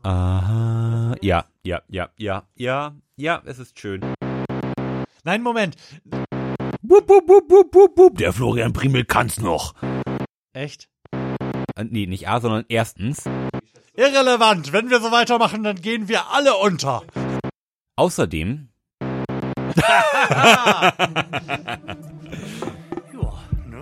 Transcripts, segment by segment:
Aha. Ja, es ist schön. Nein, Moment. Wupp, wupp, wupp, wupp, wupp, wupp. Der Florian Primel kann's noch. Echt? Nee, nicht A, sondern erstens. Irrelevant. Wenn wir so weitermachen, dann gehen wir alle unter. Außerdem. Ja, ne?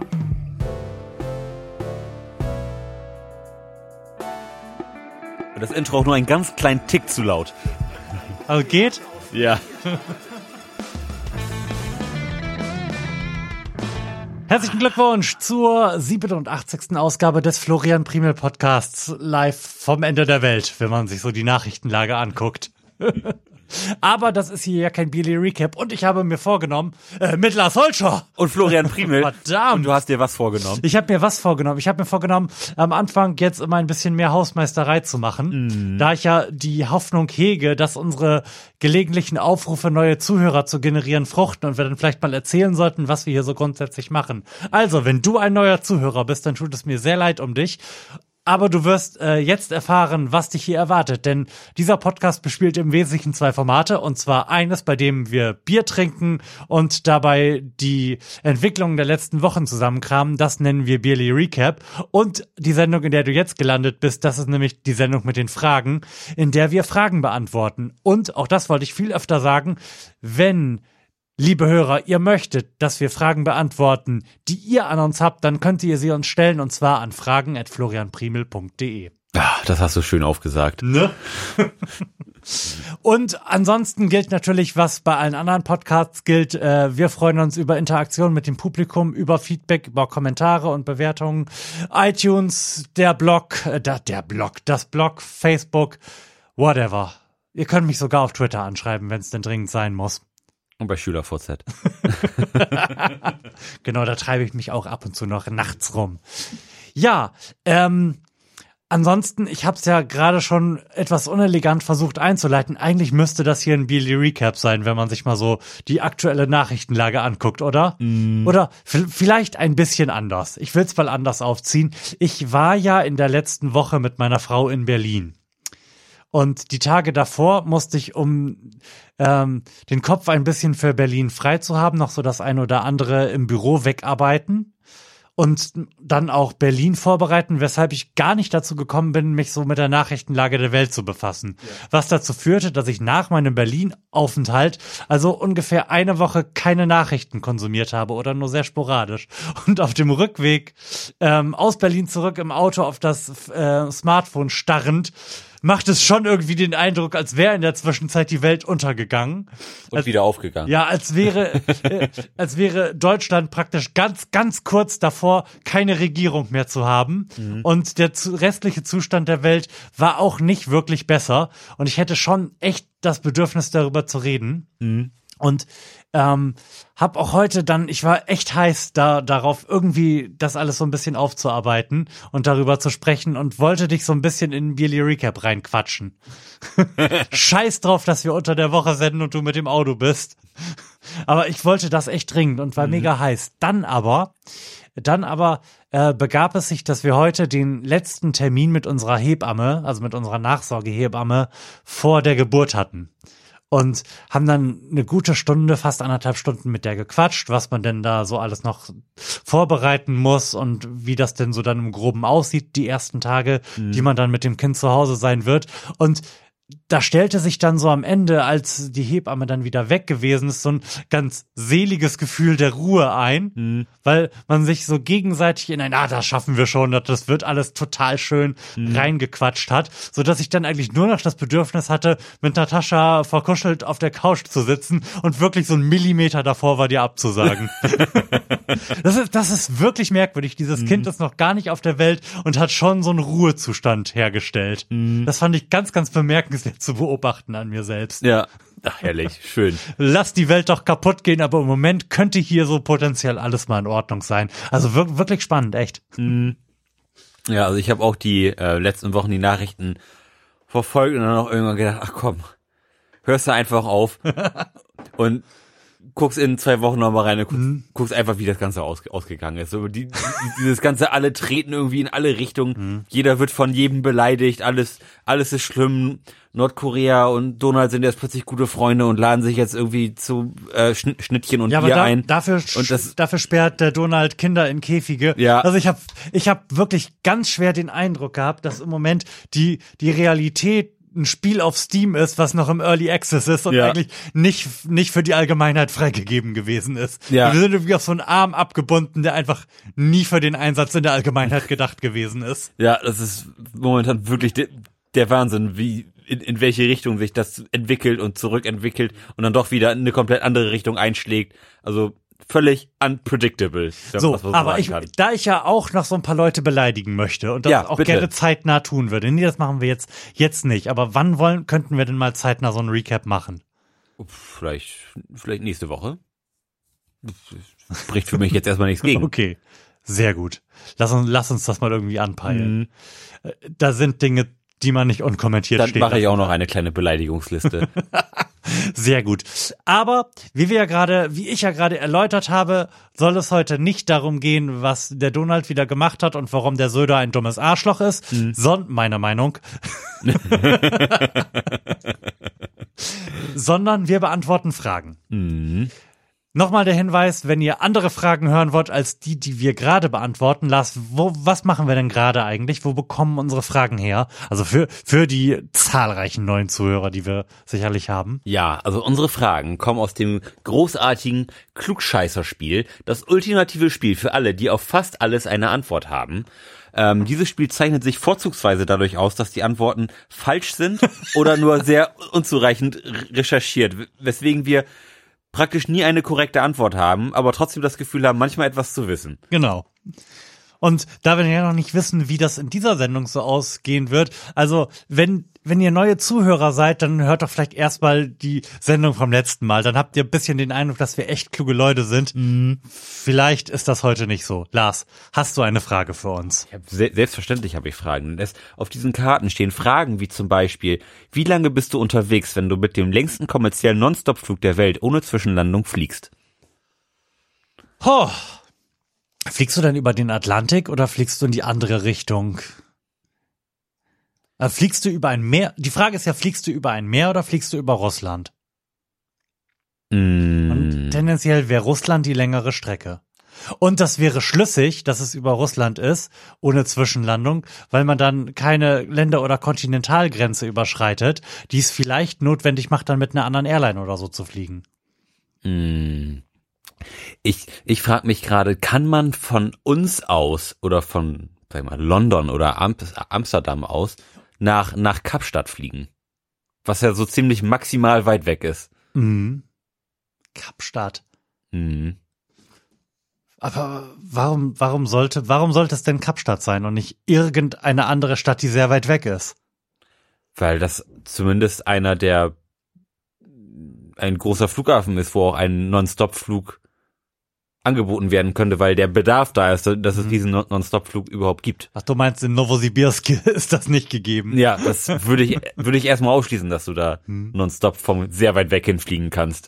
Und das Intro auch nur einen ganz kleinen Tick zu laut. Also geht? Ja. Herzlichen Glückwunsch zur 87. Ausgabe des Florian Primel Podcasts, live vom Ende der Welt, wenn man sich so die Nachrichtenlage anguckt. Aber das ist hier ja kein Bierly Recap und ich habe mir vorgenommen, mit Lars Holscher Und Florian Primel. Verdammt. Und du hast dir was vorgenommen? Ich habe mir was vorgenommen. Ich habe mir vorgenommen, am Anfang jetzt immer ein bisschen mehr Hausmeisterei zu machen, da ich ja die Hoffnung hege, dass unsere gelegentlichen Aufrufe, neue Zuhörer zu generieren, fruchten und wir dann vielleicht mal erzählen sollten, was wir hier so grundsätzlich machen. Also, wenn du ein neuer Zuhörer bist, dann tut es mir sehr leid um dich. Aber du wirst jetzt erfahren, was dich hier erwartet, denn dieser Podcast bespielt im Wesentlichen zwei Formate, und zwar eines, bei dem wir Bier trinken und dabei die Entwicklungen der letzten Wochen zusammenkramen, das nennen wir Bierly Recap, und die Sendung, in der du jetzt gelandet bist, das ist nämlich die Sendung mit den Fragen, in der wir Fragen beantworten. Und, auch das wollte ich viel öfter sagen, wenn liebe Hörer, ihr möchtet, dass wir Fragen beantworten, die ihr an uns habt, dann könnt ihr sie uns stellen, und zwar an fragen@florianprimel.de. Das hast du schön aufgesagt. Ne? Und ansonsten gilt natürlich, was bei allen anderen Podcasts gilt. Wir freuen uns über Interaktion mit dem Publikum, über Feedback, über Kommentare und Bewertungen. iTunes, das Blog, Facebook, whatever. Ihr könnt mich sogar auf Twitter anschreiben, wenn es denn dringend sein muss. Und bei SchülerVZ. Genau, da treibe ich mich auch ab und zu noch nachts rum. Ja, ansonsten, ich habe es ja gerade schon etwas unelegant versucht einzuleiten. Eigentlich müsste das hier ein Bierly Recap sein, wenn man sich mal so die aktuelle Nachrichtenlage anguckt, oder? Oder vielleicht ein bisschen anders. Ich will es mal anders aufziehen. Ich war ja in der letzten Woche mit meiner Frau in Berlin. Und die Tage davor musste ich, um den Kopf ein bisschen für Berlin frei zu haben, noch so das ein oder andere im Büro wegarbeiten und dann auch Berlin vorbereiten, weshalb ich gar nicht dazu gekommen bin, mich so mit der Nachrichtenlage der Welt zu befassen. Ja. Was dazu führte, dass ich nach meinem Berlin-Aufenthalt also ungefähr eine Woche keine Nachrichten konsumiert habe oder nur sehr sporadisch. Und auf dem Rückweg aus Berlin zurück im Auto auf das Smartphone starrend, macht es schon irgendwie den Eindruck, als wäre in der Zwischenzeit die Welt untergegangen. Und wieder aufgegangen. Ja, als wäre Deutschland praktisch ganz, ganz kurz davor, keine Regierung mehr zu haben. Und der restliche Zustand der Welt war auch nicht wirklich besser. Und ich hätte schon echt das Bedürfnis, darüber zu reden. Und hab auch heute dann, ich war echt heiß darauf, irgendwie das alles so ein bisschen aufzuarbeiten und darüber zu sprechen und wollte dich so ein bisschen in Bierly Recap reinquatschen. Scheiß drauf, dass wir unter der Woche senden und du mit dem Auto bist. Aber ich wollte das echt dringend und war mega heiß. Dann aber begab es sich, dass wir heute den letzten Termin mit unserer Hebamme, also mit unserer Nachsorgehebamme, vor der Geburt hatten. Und haben dann eine gute Stunde, fast 1,5 Stunden mit der gequatscht, was man denn da so alles noch vorbereiten muss und wie das denn so dann im Groben aussieht, die ersten Tage, die man dann mit dem Kind zu Hause sein wird. Und da stellte sich dann so am Ende, als die Hebamme dann wieder weg gewesen ist, so ein ganz seliges Gefühl der Ruhe ein, weil man sich so gegenseitig in das schaffen wir schon, das wird alles total schön reingequatscht hat, so dass ich dann eigentlich nur noch das Bedürfnis hatte, mit Natascha verkuschelt auf der Couch zu sitzen und wirklich so 1 Millimeter davor war, dir abzusagen. Das ist wirklich merkwürdig. Dieses Kind ist noch gar nicht auf der Welt und hat schon so einen Ruhezustand hergestellt. Das fand ich ganz, ganz bemerkenswert zu beobachten an mir selbst. Ja, ach, herrlich, schön. Lass die Welt doch kaputt gehen, aber im Moment könnte hier so potenziell alles mal in Ordnung sein. Also wirklich spannend, echt. Ja, also ich habe auch die letzten Wochen die Nachrichten verfolgt und dann auch irgendwann gedacht, ach komm, hörst du einfach auf. Und guckst in 2 Wochen nochmal rein und guckst einfach, wie das Ganze ausgegangen ist. So, dieses Ganze, alle treten irgendwie in alle Richtungen. Jeder wird von jedem beleidigt. Alles ist schlimm. Nordkorea und Donald sind jetzt plötzlich gute Freunde und laden sich jetzt irgendwie zu Schnittchen und Bier ein. Dafür sperrt der Donald Kinder in Käfige. Ja. Also ich hab wirklich ganz schwer den Eindruck gehabt, dass im Moment die Realität ein Spiel auf Steam ist, was noch im Early Access ist und eigentlich nicht für die Allgemeinheit freigegeben gewesen ist. Ja. Wir sind irgendwie auf so einen Arm abgebunden, der einfach nie für den Einsatz in der Allgemeinheit gedacht gewesen ist. Ja, das ist momentan wirklich der Wahnsinn, wie in welche Richtung sich das entwickelt und zurückentwickelt und dann doch wieder in eine komplett andere Richtung einschlägt. Also völlig unpredictable. So, aber da ich ja auch noch so ein paar Leute beleidigen möchte und das auch bitte gerne zeitnah tun würde. Nee, das machen wir jetzt nicht. Aber wann könnten wir denn mal zeitnah so ein Recap machen? Vielleicht nächste Woche. Spricht für mich jetzt erstmal nichts gegen. Okay, sehr gut. Lass uns das mal irgendwie anpeilen. Da sind Dinge, die man nicht unkommentiert dann stehen mache ich auch noch eine kleine Beleidigungsliste. Sehr gut. Aber wie ich ja gerade erläutert habe, soll es heute nicht darum gehen, was der Donald wieder gemacht hat und warum der Söder ein dummes Arschloch ist, meine Meinung. Sondern wir beantworten Fragen. Nochmal der Hinweis, wenn ihr andere Fragen hören wollt als die wir gerade beantworten, Lars, was machen wir denn gerade eigentlich? Wo bekommen unsere Fragen her? Also für die zahlreichen neuen Zuhörer, die wir sicherlich haben. Ja, also unsere Fragen kommen aus dem großartigen Klugscheißer-Spiel, das ultimative Spiel für alle, die auf fast alles eine Antwort haben. Dieses Spiel zeichnet sich vorzugsweise dadurch aus, dass die Antworten falsch sind oder nur sehr unzureichend recherchiert, weswegen wir praktisch nie eine korrekte Antwort haben, aber trotzdem das Gefühl haben, manchmal etwas zu wissen. Genau. Und da wir ja noch nicht wissen, wie das in dieser Sendung so ausgehen wird, also wenn ihr neue Zuhörer seid, dann hört doch vielleicht erstmal die Sendung vom letzten Mal. Dann habt ihr ein bisschen den Eindruck, dass wir echt kluge Leute sind. Vielleicht ist das heute nicht so. Lars, hast du eine Frage für uns? Selbstverständlich habe ich Fragen. Auf diesen Karten stehen Fragen wie zum Beispiel, wie lange bist du unterwegs, wenn du mit dem längsten kommerziellen Nonstop-Flug der Welt ohne Zwischenlandung fliegst? Fliegst du denn über den Atlantik oder fliegst du in die andere Richtung? Fliegst du über ein Meer? Die Frage ist ja, fliegst du über ein Meer oder fliegst du über Russland? Und tendenziell wäre Russland die längere Strecke. Und das wäre schlüssig, dass es über Russland ist, ohne Zwischenlandung, weil man dann keine Länder- oder Kontinentalgrenze überschreitet, die es vielleicht notwendig macht, dann mit einer anderen Airline oder so zu fliegen. Ich frage mich gerade, kann man von uns aus oder von, sag ich mal, London oder Amsterdam aus nach Kapstadt fliegen? Was ja so ziemlich maximal weit weg ist. Kapstadt. Aber warum sollte es denn Kapstadt sein und nicht irgendeine andere Stadt, die sehr weit weg ist? Weil das zumindest ein großer Flughafen ist, wo auch ein Non-Stop-Flug angeboten werden könnte, weil der Bedarf da ist, dass es diesen Non-Stop-Flug überhaupt gibt. Ach, du meinst, in Novosibirsk ist das nicht gegeben? Ja, das würde ich erstmal ausschließen, dass du da nonstop vom sehr weit weg hinfliegen kannst.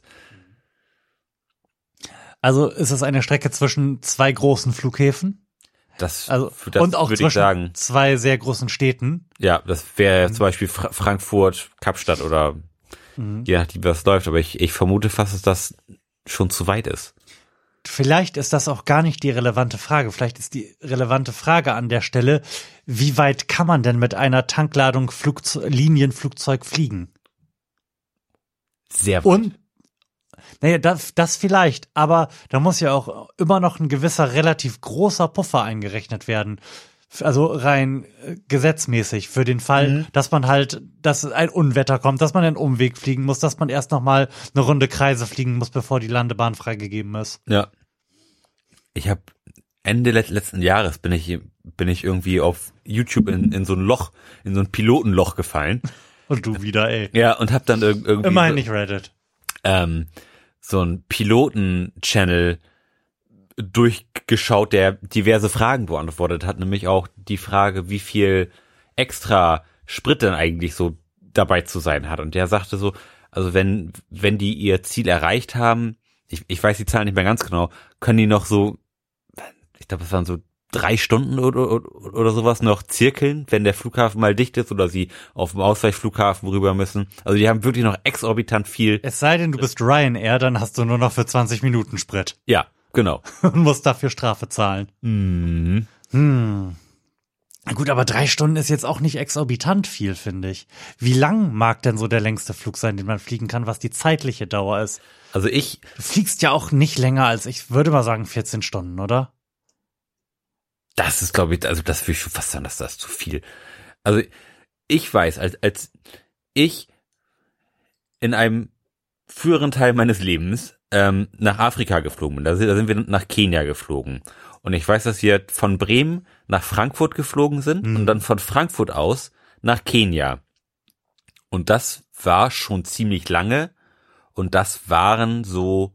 Also ist es eine Strecke zwischen 2 großen Flughäfen? Das und auch zwischen 2 sehr großen Städten? Ja, das wäre zum Beispiel Frankfurt, Kapstadt oder je nachdem, wie das läuft. Aber ich vermute fast, dass das schon zu weit ist. Vielleicht ist das auch gar nicht die relevante Frage. Vielleicht ist die relevante Frage an der Stelle, wie weit kann man denn mit einer Tankladung Linienflugzeug fliegen? Sehr weit. Und, naja, das vielleicht, aber da muss ja auch immer noch ein gewisser relativ großer Puffer eingerechnet werden. Also rein gesetzmäßig für den Fall, dass ein Unwetter kommt, dass man einen Umweg fliegen muss, dass man erst noch mal eine Runde Kreise fliegen muss, bevor die Landebahn freigegeben ist. Ja. Ich habe Ende letzten Jahres bin ich irgendwie auf YouTube in so ein Pilotenloch gefallen. Und du wieder, ey. Ja, und hab dann irgendwie immerhin nicht Reddit. So ein Piloten-Channel durchgeschaut, der diverse Fragen beantwortet hat, nämlich auch die Frage, wie viel extra Sprit denn eigentlich so dabei zu sein hat. Und der sagte so, also wenn die ihr Ziel erreicht haben, ich weiß die Zahlen nicht mehr ganz genau, können die noch so, ich glaube, es waren so 3 Stunden oder sowas noch zirkeln, wenn der Flughafen mal dicht ist oder sie auf dem Ausweichflughafen rüber müssen. Also die haben wirklich noch exorbitant viel. Es sei denn, du bist Ryanair, dann hast du nur noch für 20 Minuten Sprit. Ja, genau. Und musst dafür Strafe zahlen. Mhm. Na gut, aber 3 Stunden ist jetzt auch nicht exorbitant viel, finde ich. Wie lang mag denn so der längste Flug sein, den man fliegen kann, was die zeitliche Dauer ist? Also Du fliegst ja auch nicht länger als, ich würde mal sagen, 14 Stunden, oder? das ist, glaube ich, also das würde ich schon fast sagen, dass das zu viel. Also ich weiß, als ich in einem früheren Teil meines Lebens nach Afrika geflogen bin, da sind wir nach Kenia geflogen. Und ich weiß, dass wir von Bremen nach Frankfurt geflogen sind und dann von Frankfurt aus nach Kenia. Und das war schon ziemlich lange und das waren so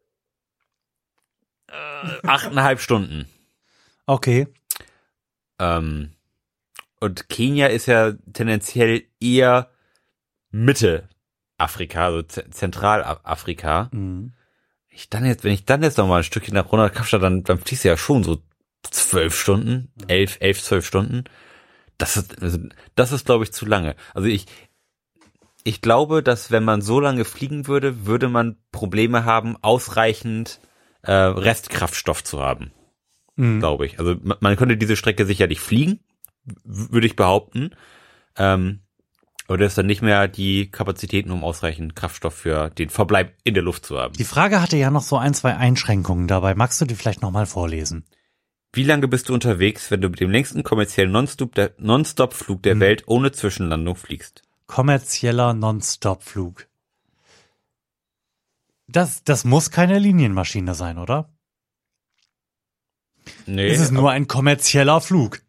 8,5 Stunden. Okay. Und Kenia ist ja tendenziell eher Mitte Afrika, also Zentralafrika. Mhm. Wenn ich dann jetzt noch mal ein Stückchen nach runter Kapstadt, dann fließt ja schon so 12 Stunden, 12 Stunden. Das ist, glaube ich, zu lange. Also ich glaube, dass wenn man so lange fliegen würde, würde man Probleme haben, ausreichend Restkraftstoff zu haben. Glaube ich. Also man könnte diese Strecke sicherlich fliegen, würde ich behaupten. Aber das ist dann nicht mehr die Kapazitäten, um ausreichend Kraftstoff für den Verbleib in der Luft zu haben. Die Frage hatte ja noch so 1, 2 Einschränkungen dabei. Magst du die vielleicht nochmal vorlesen? Wie lange bist du unterwegs, wenn du mit dem längsten kommerziellen Non-Stop-Flug der Welt ohne Zwischenlandung fliegst? Kommerzieller Non-Stop-Flug. Das muss keine Linienmaschine sein, oder? Nee. Es ist nur ein kommerzieller Flug.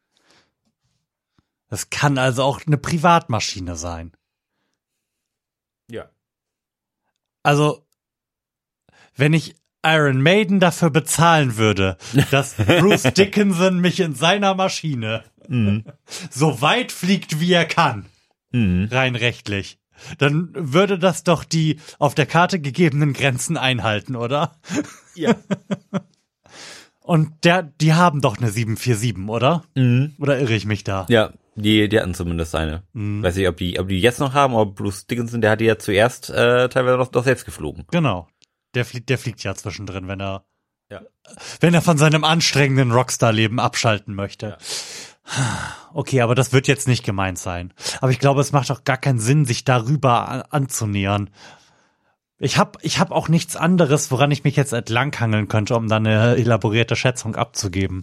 Das kann also auch eine Privatmaschine sein. Ja. Also, wenn ich Iron Maiden dafür bezahlen würde, dass Bruce Dickinson mich in seiner Maschine so weit fliegt, wie er kann, rein rechtlich, dann würde das doch die auf der Karte gegebenen Grenzen einhalten, oder? Ja. Und die haben doch eine 747, oder? Oder irre ich mich da? Ja, die hatten zumindest eine. Weiß nicht, ob die jetzt noch haben, aber Bruce Dickinson, der hatte ja zuerst teilweise doch selbst geflogen. Genau. Der fliegt ja zwischendrin, wenn er von seinem anstrengenden Rockstar-Leben abschalten möchte. Ja. Okay, aber das wird jetzt nicht gemeint sein. Aber ich glaube, es macht auch gar keinen Sinn, sich darüber anzunähern. Ich hab auch nichts anderes, woran ich mich jetzt entlanghangeln könnte, um dann eine elaborierte Schätzung abzugeben.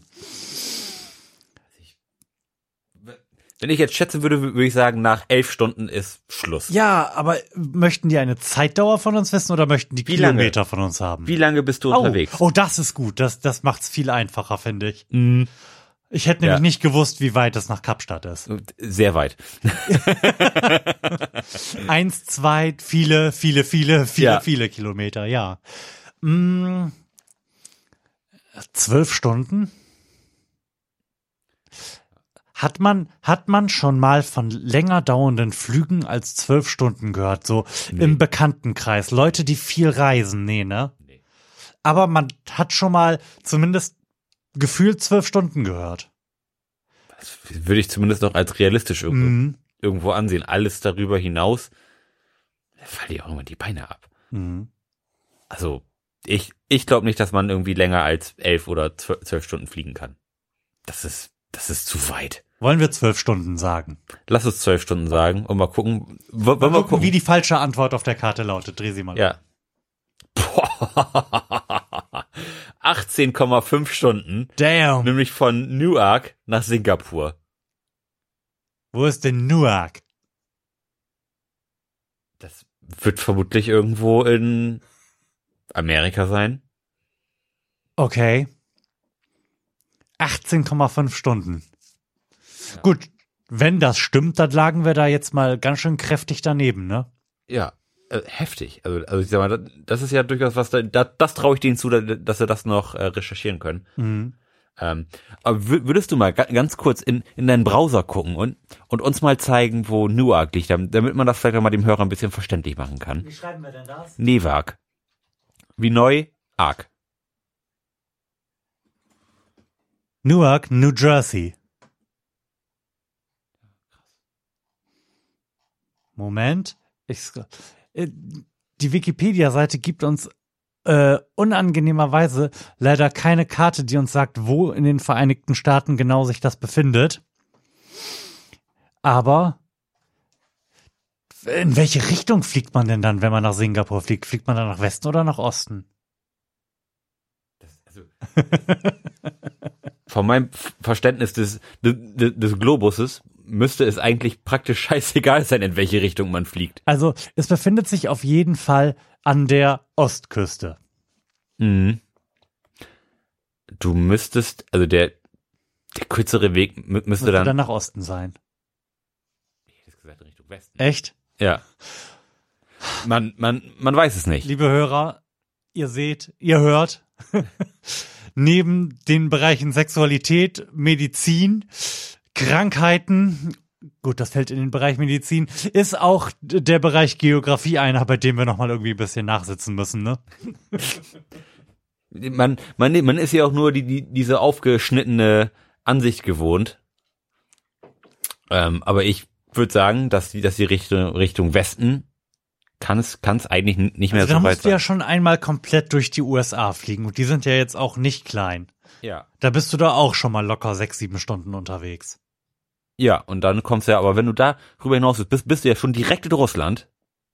Wenn ich jetzt schätzen würde ich sagen, nach 11 Stunden ist Schluss. Ja, aber möchten die eine Zeitdauer von uns wissen oder möchten die Kilometer von uns haben? Wie lange bist du unterwegs? Oh, das ist gut. Das macht's viel einfacher, finde ich. Ich hätte nämlich nicht gewusst, wie weit es nach Kapstadt ist. Sehr weit. 1, 2, viele Kilometer, ja. 12 Stunden? Hat man schon mal von länger dauernden Flügen als 12 Stunden gehört? So im Bekanntenkreis. Leute, die viel reisen, ne? Nee. Aber man hat schon mal zumindest gefühlt 12 Stunden gehört. Das würde ich zumindest noch als realistisch irgendwo ansehen. Alles darüber hinaus, da fallen dir auch irgendwann die Beine ab. Also, ich glaube nicht, dass man irgendwie länger als 11 oder 12 Stunden fliegen kann. Das ist zu weit. Wollen wir 12 Stunden sagen? Lass uns 12 Stunden sagen und mal gucken. Wollen wir gucken, wie die falsche Antwort auf der Karte lautet. Dreh sie mal. Ja. 18,5 Stunden. Damn. Nämlich von Newark nach Singapur. Wo ist denn Newark? Das wird vermutlich irgendwo in Amerika sein. Okay. 18,5 Stunden. Ja. Gut, wenn das stimmt, dann lagen wir da jetzt mal ganz schön kräftig daneben, ne? Ja, heftig. Also ich sag mal, das ist ja durchaus was, das traue ich denen zu, dass sie das noch recherchieren können. Aber würdest du mal ganz kurz in deinen Browser gucken und uns mal zeigen, wo Newark liegt, damit man das vielleicht auch mal dem Hörer ein bisschen verständlich machen kann? Wie schreiben wir denn das? Newark. Wie neu? Arg. Newark, New Jersey. Moment. Die Wikipedia-Seite gibt uns unangenehmerweise leider keine Karte, die uns sagt, wo in den Vereinigten Staaten genau sich das befindet. Aber in welche Richtung fliegt man denn dann, wenn man nach Singapur fliegt? Fliegt man dann nach Westen oder nach Osten? Von meinem Verständnis des Globuses müsste es eigentlich praktisch scheißegal sein, in welche Richtung man fliegt. Also es befindet sich auf jeden Fall an der Ostküste. Mhm. Du müsstest, also der kürzere Weg müsste dann nach Osten sein. Ich hätte gesagt in Richtung Westen. Echt? Ja. Man weiß es nicht. Liebe Hörer, ihr seht, ihr hört, neben den Bereichen Sexualität, Medizin, Krankheiten, gut, das fällt in den Bereich Medizin, ist auch der Bereich Geografie einer, bei dem wir nochmal irgendwie ein bisschen nachsitzen müssen, ne? Man ist ja auch nur diese aufgeschnittene Ansicht gewohnt. Aber ich würde sagen, dass die Richtung Westen kann es eigentlich nicht mehr also so weit sein. Da musst du ja schon einmal komplett durch die USA fliegen und die sind ja jetzt auch nicht klein. Ja. Da bist du da auch schon mal locker 6-7 Stunden unterwegs. Ja, und dann kommst du ja, aber wenn du da rüber hinaus bist du ja schon direkt in Russland.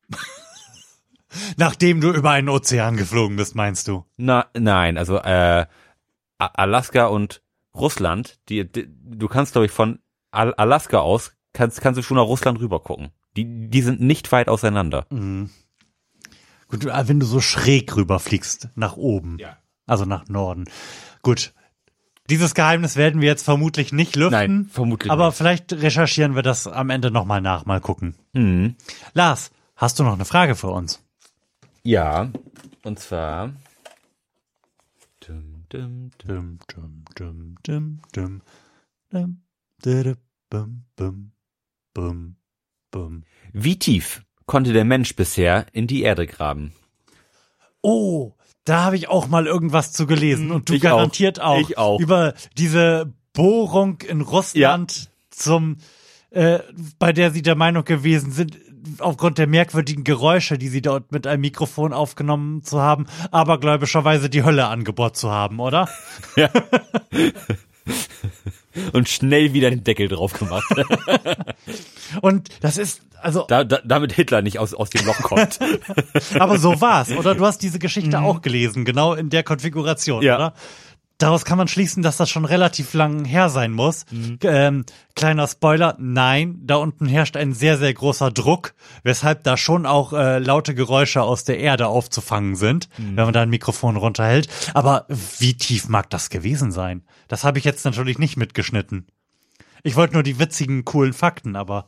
Nachdem du über einen Ozean geflogen bist, meinst du? Nein, also Alaska und Russland, du kannst, glaube ich, von Alaska aus, kannst du schon nach Russland rüber gucken. Die sind nicht weit auseinander. Mhm. Gut, wenn du so schräg rüberfliegst, nach oben, ja. Also nach Norden. Gut, dieses Geheimnis werden wir jetzt vermutlich nicht lüften. Nein, vermutlich aber nicht. Vielleicht recherchieren wir das am Ende nochmal nach, mal gucken. Mhm. Lars, hast du noch eine Frage für uns? Ja, und zwar wie tief konnte der Mensch bisher in die Erde graben? Oh, da habe ich auch mal irgendwas zu gelesen und du Ich garantiert auch. Ich auch. Über diese Bohrung in Russland bei der sie der Meinung gewesen sind, aufgrund der merkwürdigen Geräusche, die sie dort mit einem Mikrofon aufgenommen zu haben, abergläubischerweise die Hölle angebohrt zu haben, oder? Ja. Und schnell wieder den Deckel drauf gemacht. Und das ist, also... damit Hitler nicht aus dem Loch kommt. Aber so war's, oder? Du hast diese Geschichte auch gelesen, genau in der Konfiguration, ja. Oder? Daraus kann man schließen, dass das schon relativ lang her sein muss. Kleiner Spoiler, nein, da unten herrscht ein sehr, sehr großer Druck, weshalb da schon auch laute Geräusche aus der Erde aufzufangen sind, wenn man da ein Mikrofon runterhält. Aber wie tief mag das gewesen sein? Das habe ich jetzt natürlich nicht mitgeschnitten. Ich wollte nur die witzigen, coolen Fakten, aber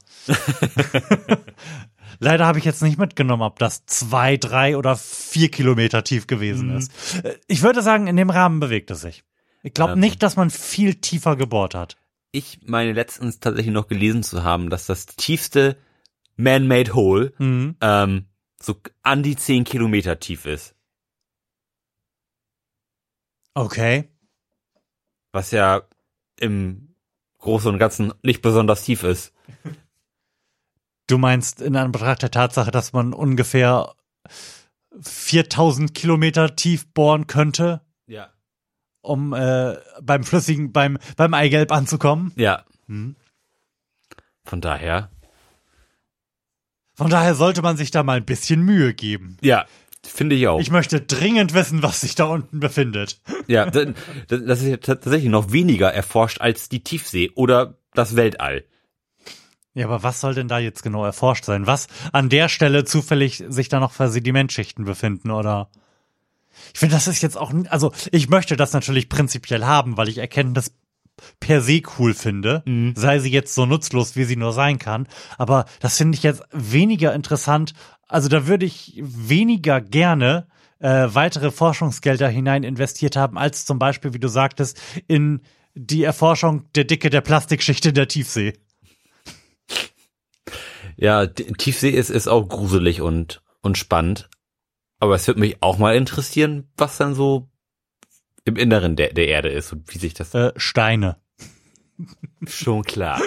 leider habe ich jetzt nicht mitgenommen, ob das 2, 3 oder 4 Kilometer tief gewesen ist. Ich würde sagen, in dem Rahmen bewegt es sich. Ich glaube nicht, dass man viel tiefer gebohrt hat. Ich meine letztens tatsächlich noch gelesen zu haben, dass das tiefste Man-Made Hole so an die 10 Kilometer tief ist. Okay. Was ja im Großen und Ganzen nicht besonders tief ist. Du meinst in Anbetracht der Tatsache, dass man ungefähr 4000 Kilometer tief bohren könnte? Ja. Um beim Eigelb anzukommen? Ja. Von daher sollte man sich da mal ein bisschen Mühe geben. Ja, finde ich auch. Ich möchte dringend wissen, was sich da unten befindet. Ja, das ist ja tatsächlich noch weniger erforscht als die Tiefsee oder das Weltall. Ja, aber was soll denn da jetzt genau erforscht sein? Was an der Stelle zufällig sich da noch für Sedimentschichten befinden, oder? Ich finde, das ist jetzt auch, also ich möchte das natürlich prinzipiell haben, weil ich Erkenntnis per se cool finde, sei sie jetzt so nutzlos, wie sie nur sein kann. Aber das finde ich jetzt weniger interessant. Also da würde ich weniger gerne weitere Forschungsgelder hinein investiert haben, als zum Beispiel, wie du sagtest, in die Erforschung der Dicke der Plastikschicht in der Tiefsee. Ja, Tiefsee ist auch gruselig und spannend. Aber es würde mich auch mal interessieren, was dann so im Inneren der Erde ist und wie sich das... Steine. Schon klar.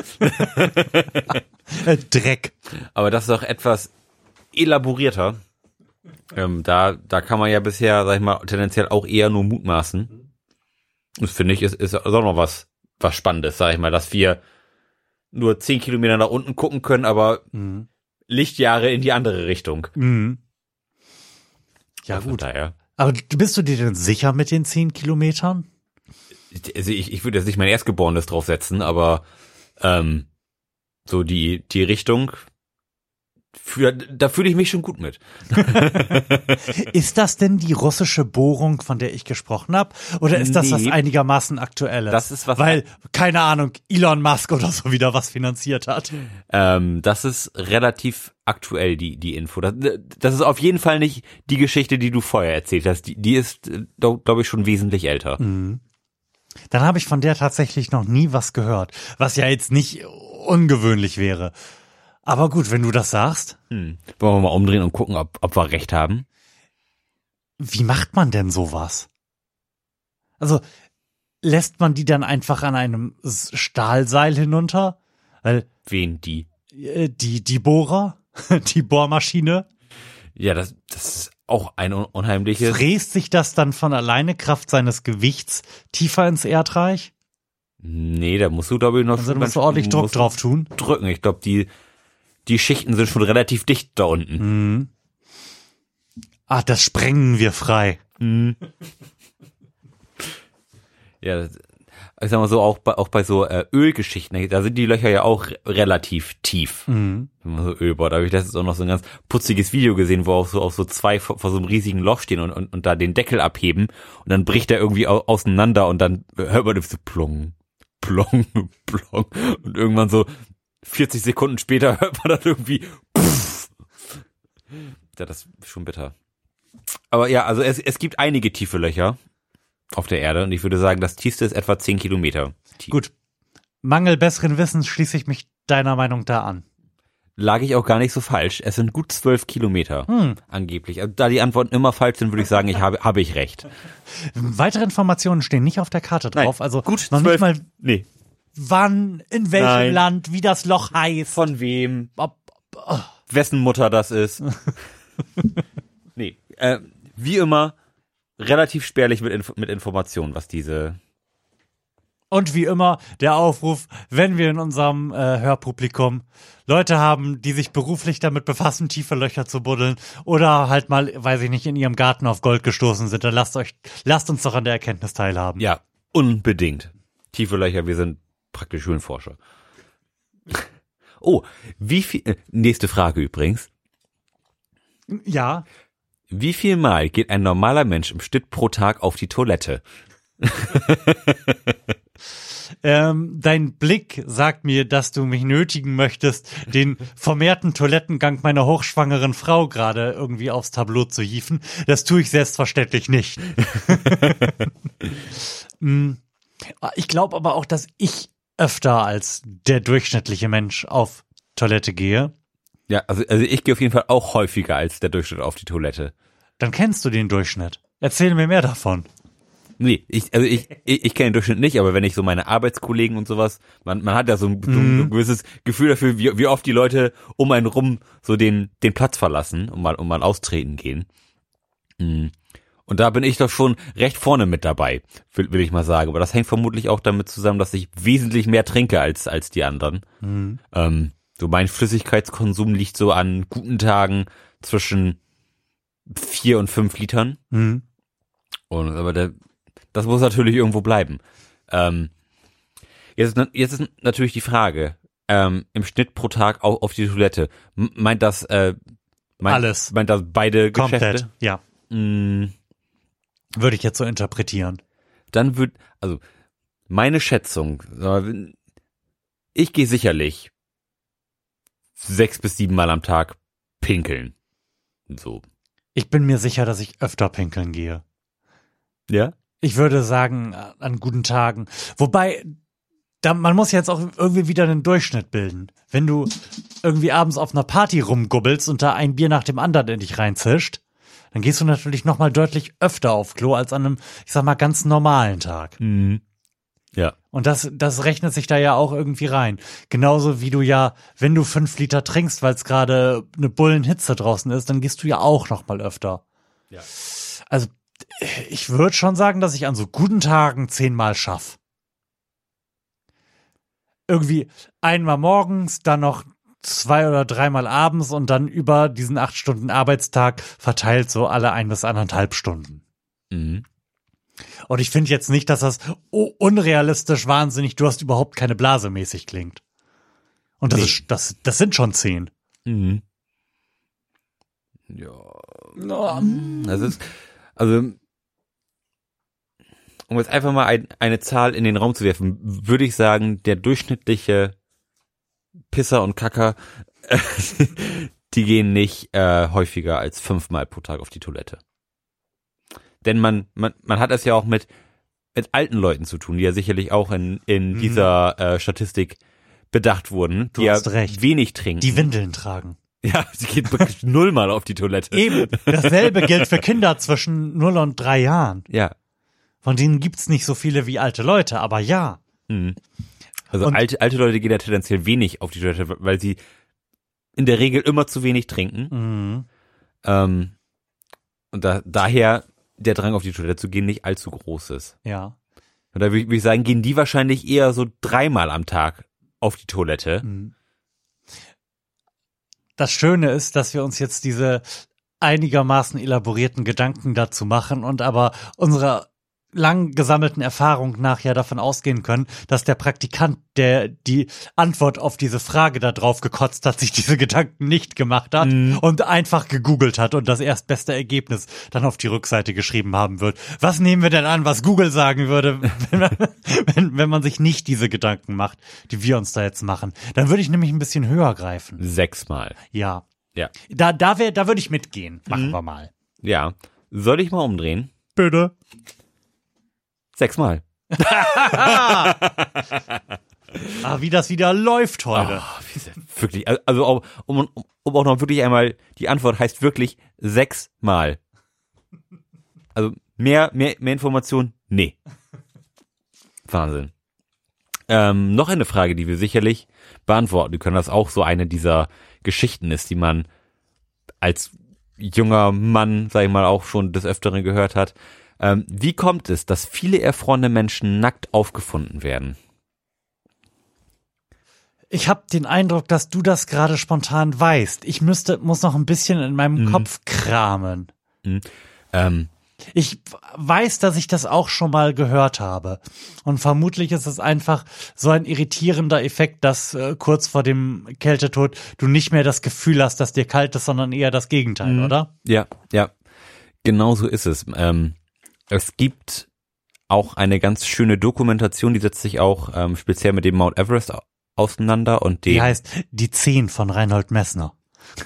Dreck. Aber das ist doch etwas elaborierter. Da kann man ja bisher, sag ich mal, tendenziell auch eher nur mutmaßen. Das finde ich, ist auch noch was Spannendes, sag ich mal, dass wir nur 10 Kilometer nach unten gucken können, aber Lichtjahre in die andere Richtung. Mhm. Ja, gut. Daher. Aber bist du dir denn sicher mit den 10 Kilometern? Also ich würde jetzt nicht mein Erstgeborenes draufsetzen, aber so die Richtung, da fühle ich mich schon gut mit. Ist das denn die russische Bohrung, von der ich gesprochen habe? Oder ist das was einigermaßen Aktuelles? Das ist was. Weil, keine Ahnung, Elon Musk oder so wieder was finanziert hat. Das ist relativ aktuell, die Info. Das ist auf jeden Fall nicht die Geschichte, die du vorher erzählt hast. Die ist, glaube ich, schon wesentlich älter. Mhm. Dann habe ich von der tatsächlich noch nie was gehört. Was ja jetzt nicht ungewöhnlich wäre. Aber gut, wenn du das sagst. Wollen wir mal umdrehen und gucken, ob wir recht haben? Wie macht man denn sowas? Also, lässt man die dann einfach an einem Stahlseil hinunter? Weil Wen die? Die Bohrer, die Bohrmaschine. Ja, das ist auch ein unheimliches. Fräst sich das dann von alleine Kraft seines Gewichts tiefer ins Erdreich? Nee, da musst du, glaube ich, noch Also, du musst ordentlich Druck drauf tun. Drücken. Ich glaube, die Schichten sind schon relativ dicht da unten. Mhm. Ah, das sprengen wir frei. Mhm. Ja, ich sag mal so, auch bei so Ölgeschichten, da sind die Löcher ja auch relativ tief. Mhm. Wenn man so Öl baut. Da habe ich letztens auch noch so ein ganz putziges Video gesehen, wo auch so zwei vor so einem riesigen Loch stehen und da den Deckel abheben und dann bricht er irgendwie auseinander und dann hört man so plong, plong, plong und irgendwann so 40 Sekunden später hört man dann irgendwie pff. Ja, das ist schon bitter. Aber ja, also es gibt einige tiefe Löcher auf der Erde und ich würde sagen, das tiefste ist etwa 10 Kilometer tief. Gut. Mangel besseren Wissens schließe ich mich deiner Meinung da an. Lag ich auch gar nicht so falsch. Es sind gut 12 Kilometer angeblich. Also, da die Antworten immer falsch sind, würde ich sagen, habe ich recht. Weitere Informationen stehen nicht auf der Karte drauf. Nein, Also gut, noch 12, nicht mal nee. wann, in welchem Nein. Land, wie das Loch heißt. Von wem? Wessen Mutter das ist? Nee. Wie immer relativ spärlich mit Informationen, was diese... Und wie immer der Aufruf, wenn wir in unserem Hörpublikum Leute haben, die sich beruflich damit befassen, tiefe Löcher zu buddeln oder halt mal, weiß ich nicht, in ihrem Garten auf Gold gestoßen sind, dann lasst uns doch an der Erkenntnis teilhaben. Ja, unbedingt. Tiefe Löcher, wir sind praktisch Höhlenforscher. Oh, wie viel... nächste Frage übrigens. Ja. Wie viel Mal geht ein normaler Mensch im Schnitt pro Tag auf die Toilette? Dein Blick sagt mir, dass du mich nötigen möchtest, den vermehrten Toilettengang meiner hochschwangeren Frau gerade irgendwie aufs Tableau zu hieven. Das tue ich selbstverständlich nicht. Ich glaube aber auch, dass ich öfter als der durchschnittliche Mensch auf Toilette gehe. Ja, also ich gehe auf jeden Fall auch häufiger als der Durchschnitt auf die Toilette. Dann kennst du den Durchschnitt. Erzähl mir mehr davon. Nee, ich kenne den Durchschnitt nicht, aber wenn ich so meine Arbeitskollegen und sowas, man hat ja so ein gewisses Gefühl dafür, wie oft die Leute um einen rum so den Platz verlassen und mal austreten gehen. Und da bin ich doch schon recht vorne mit dabei, will ich mal sagen. Aber das hängt vermutlich auch damit zusammen, dass ich wesentlich mehr trinke als die anderen. So mein Flüssigkeitskonsum liegt so an guten Tagen zwischen 4 und 5 Litern. Aber das muss natürlich irgendwo bleiben. Jetzt ist natürlich die Frage, im Schnitt pro Tag auf die Toilette. Meint das alles? Meint das beide Komplett, Geschäfte? ja. Würde ich jetzt so interpretieren. Dann meine Schätzung, ich gehe sicherlich 6 bis 7 Mal am Tag pinkeln. So. Ich bin mir sicher, dass ich öfter pinkeln gehe. Ja? Ich würde sagen, an guten Tagen. Wobei, man muss jetzt auch irgendwie wieder einen Durchschnitt bilden. Wenn du irgendwie abends auf einer Party rumgubbelst und da ein Bier nach dem anderen in dich reinzischt, dann gehst du natürlich nochmal deutlich öfter auf Klo als an einem, ich sag mal, ganz normalen Tag. Ja. Und das rechnet sich da ja auch irgendwie rein. Genauso wie du ja, wenn du 5 Liter trinkst, weil es gerade eine Bullenhitze draußen ist, dann gehst du ja auch nochmal öfter. Ja. Also ich würde schon sagen, dass ich an so guten Tagen 10-mal schaffe. Irgendwie einmal morgens, dann noch 2 oder 3-mal abends und dann über diesen 8 Stunden Arbeitstag verteilt so alle 1 bis 1,5 Stunden. Und ich finde jetzt nicht, dass das unrealistisch wahnsinnig, du hast überhaupt keine Blase mäßig klingt. Und das sind schon 10. Ja. Also, um jetzt einfach mal eine Zahl in den Raum zu werfen, würde ich sagen, der durchschnittliche Pisser und Kacker, die gehen nicht häufiger als 5-mal pro Tag auf die Toilette. Denn man hat es ja auch mit alten Leuten zu tun, die ja sicherlich auch in dieser Statistik bedacht wurden, die ja wenig trinken. Die Windeln tragen. Ja, sie geht wirklich 0-mal auf die Toilette. Eben, dasselbe gilt für Kinder zwischen 0 und 3 Jahren. Ja. Von denen gibt's nicht so viele wie alte Leute, aber ja. Also alte Leute gehen ja tendenziell wenig auf die Toilette, weil sie in der Regel immer zu wenig trinken. Und daher der Drang auf die Toilette zu gehen nicht allzu groß ist. Ja. Und da würde ich sagen, gehen die wahrscheinlich eher so 3-mal am Tag auf die Toilette. Das Schöne ist, dass wir uns jetzt diese einigermaßen elaborierten Gedanken dazu machen und aber unserer lang gesammelten Erfahrung nach ja davon ausgehen können, dass der Praktikant, der die Antwort auf diese Frage da drauf gekotzt hat, sich diese Gedanken nicht gemacht hat und einfach gegoogelt hat und das erstbeste Ergebnis dann auf die Rückseite geschrieben haben wird. Was nehmen wir denn an, was Google sagen würde, wenn man sich nicht diese Gedanken macht, die wir uns da jetzt machen? Dann würde ich nämlich ein bisschen höher greifen. 6-mal. Ja. Ja. Da würde ich mitgehen. Machen wir mal. Ja. Soll ich mal umdrehen? Bitte. 6-mal. Wie das wieder läuft heute. Wirklich, also auch, um auch noch wirklich einmal, die Antwort heißt wirklich 6-mal. Also mehr Information? Nee. Wahnsinn. Noch eine Frage, die wir sicherlich beantworten können, das auch so eine dieser Geschichten ist, die man als junger Mann, sag ich mal, auch schon des Öfteren gehört hat. Wie kommt es, dass viele erfrorene Menschen nackt aufgefunden werden? Ich habe den Eindruck, dass du das gerade spontan weißt. Ich muss noch ein bisschen in meinem Kopf kramen. Ich weiß, dass ich das auch schon mal gehört habe. Und vermutlich ist es einfach so ein irritierender Effekt, dass kurz vor dem Kältetod du nicht mehr das Gefühl hast, dass dir kalt ist, sondern eher das Gegenteil, oder? Ja. Genau so ist es. Es gibt auch eine ganz schöne Dokumentation, die setzt sich auch speziell mit dem Mount Everest auseinander und die heißt Die 10 von Reinhold Messner.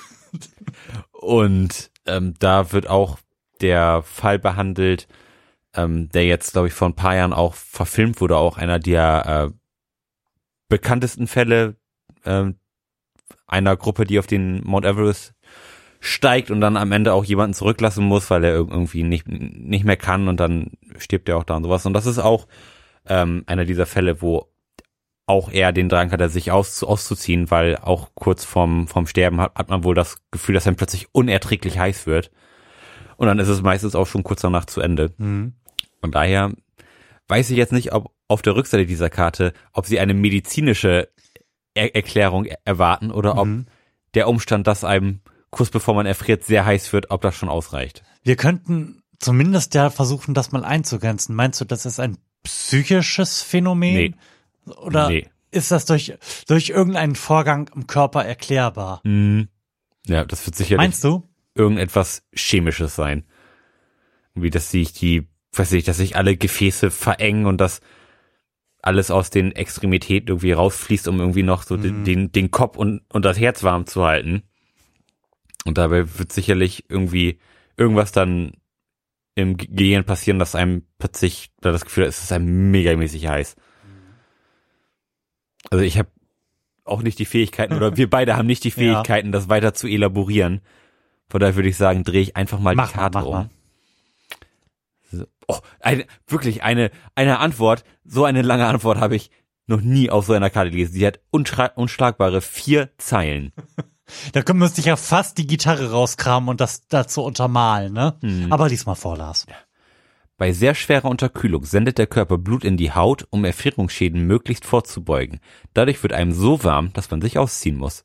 Und da wird auch der Fall behandelt, der jetzt, glaube ich, vor ein paar Jahren auch verfilmt wurde, auch einer der bekanntesten Fälle einer Gruppe, die auf den Mount Everest steigt und dann am Ende auch jemanden zurücklassen muss, weil er irgendwie nicht mehr kann und dann stirbt er auch da und sowas. Und das ist auch einer dieser Fälle, wo auch er den Drang hat, sich auszuziehen, weil auch kurz vorm Sterben hat man wohl das Gefühl, dass einem plötzlich unerträglich heiß wird. Und dann ist es meistens auch schon kurz danach zu Ende. Und daher weiß ich jetzt nicht, ob auf der Rückseite dieser Karte, ob sie eine medizinische Erklärung erwarten oder ob der Umstand, dass einem kurz bevor man erfriert, sehr heiß wird, ob das schon ausreicht. Wir könnten zumindest ja versuchen, das mal einzugrenzen. Meinst du, das ist ein psychisches Phänomen? Nee. Oder ist das durch irgendeinen Vorgang im Körper erklärbar? Ja, das wird sicherlich Meinst du? Irgendetwas Chemisches sein. Wie, dass sich alle Gefäße verengen und dass alles aus den Extremitäten irgendwie rausfließt, um irgendwie noch so den Kopf und das Herz warm zu halten. Und dabei wird sicherlich irgendwie irgendwas dann im Gehirn passieren, dass einem plötzlich das Gefühl hat, es ist einem megamäßig heiß. Also ich habe auch nicht die Fähigkeiten, oder wir beide haben nicht die Fähigkeiten, das weiter zu elaborieren, Von daher würde ich sagen, drehe ich einfach mal die Karte um. Mal. So. Oh, wirklich eine Antwort, so eine lange Antwort habe ich noch nie auf so einer Karte gelesen. Sie hat unschlagbare 4 Zeilen. Da müsste ich ja fast die Gitarre rauskramen und das dazu untermalen, ne? Aber diesmal vor, Lars. Bei sehr schwerer Unterkühlung sendet der Körper Blut in die Haut, um Erfrierungsschäden möglichst vorzubeugen. Dadurch wird einem so warm, dass man sich ausziehen muss.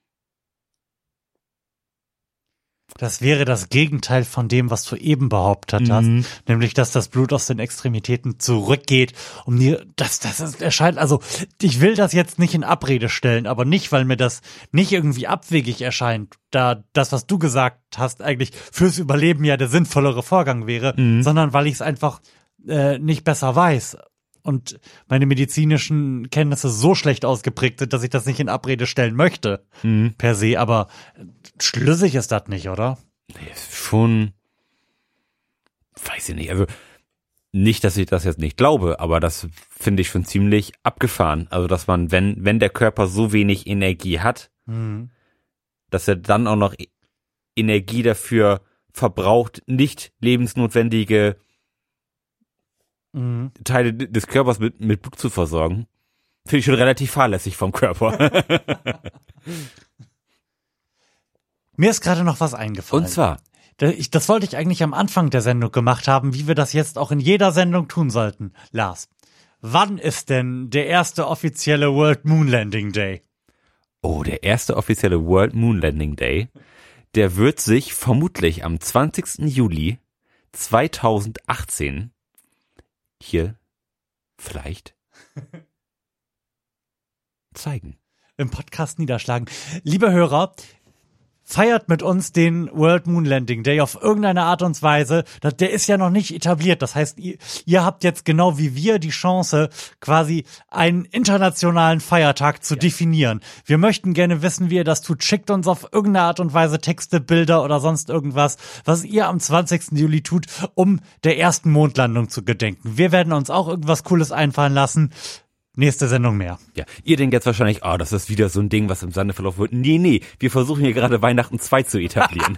Das wäre das Gegenteil von dem, was du eben behauptet hast, nämlich, dass das Blut aus den Extremitäten zurückgeht, das erscheint, also, ich will das jetzt nicht in Abrede stellen, aber nicht, weil mir das nicht irgendwie abwegig erscheint, da das, was du gesagt hast, eigentlich fürs Überleben ja der sinnvollere Vorgang wäre, sondern weil ich es einfach nicht besser weiß. Und meine medizinischen Kenntnisse so schlecht ausgeprägt sind, dass ich das nicht in Abrede stellen möchte, per se. Aber schlüssig ist das nicht, oder? Schon, weiß ich nicht. Also nicht, dass ich das jetzt nicht glaube, aber das finde ich schon ziemlich abgefahren. Also dass man, wenn der Körper so wenig Energie hat, dass er dann auch noch Energie dafür verbraucht, nicht lebensnotwendige Teile des Körpers mit Blut zu versorgen, finde ich schon relativ fahrlässig vom Körper. Mir ist gerade noch was eingefallen. Und zwar? Das wollte ich eigentlich am Anfang der Sendung gemacht haben, wie wir das jetzt auch in jeder Sendung tun sollten. Lars, wann ist denn der erste offizielle World Moon Landing Day? Oh, der erste offizielle World Moon Landing Day, der wird sich vermutlich am 20. Juli 2018 hier vielleicht zeigen. Im Podcast niederschlagen. Liebe Hörer, feiert mit uns den World Moon Landing Day auf irgendeine Art und Weise. Der ist ja noch nicht etabliert. Das heißt, ihr habt jetzt genau wie wir die Chance, quasi einen internationalen Feiertag zu definieren. Wir möchten gerne wissen, wie ihr das tut. Schickt uns auf irgendeine Art und Weise Texte, Bilder oder sonst irgendwas, was ihr am 20. Juli tut, um der ersten Mondlandung zu gedenken. Wir werden uns auch irgendwas Cooles einfallen lassen. Nächste Sendung mehr. Ja, ihr denkt jetzt wahrscheinlich, das ist wieder so ein Ding, was im Sande verlaufen wird. Nee, wir versuchen hier gerade Weihnachten 2 zu etablieren.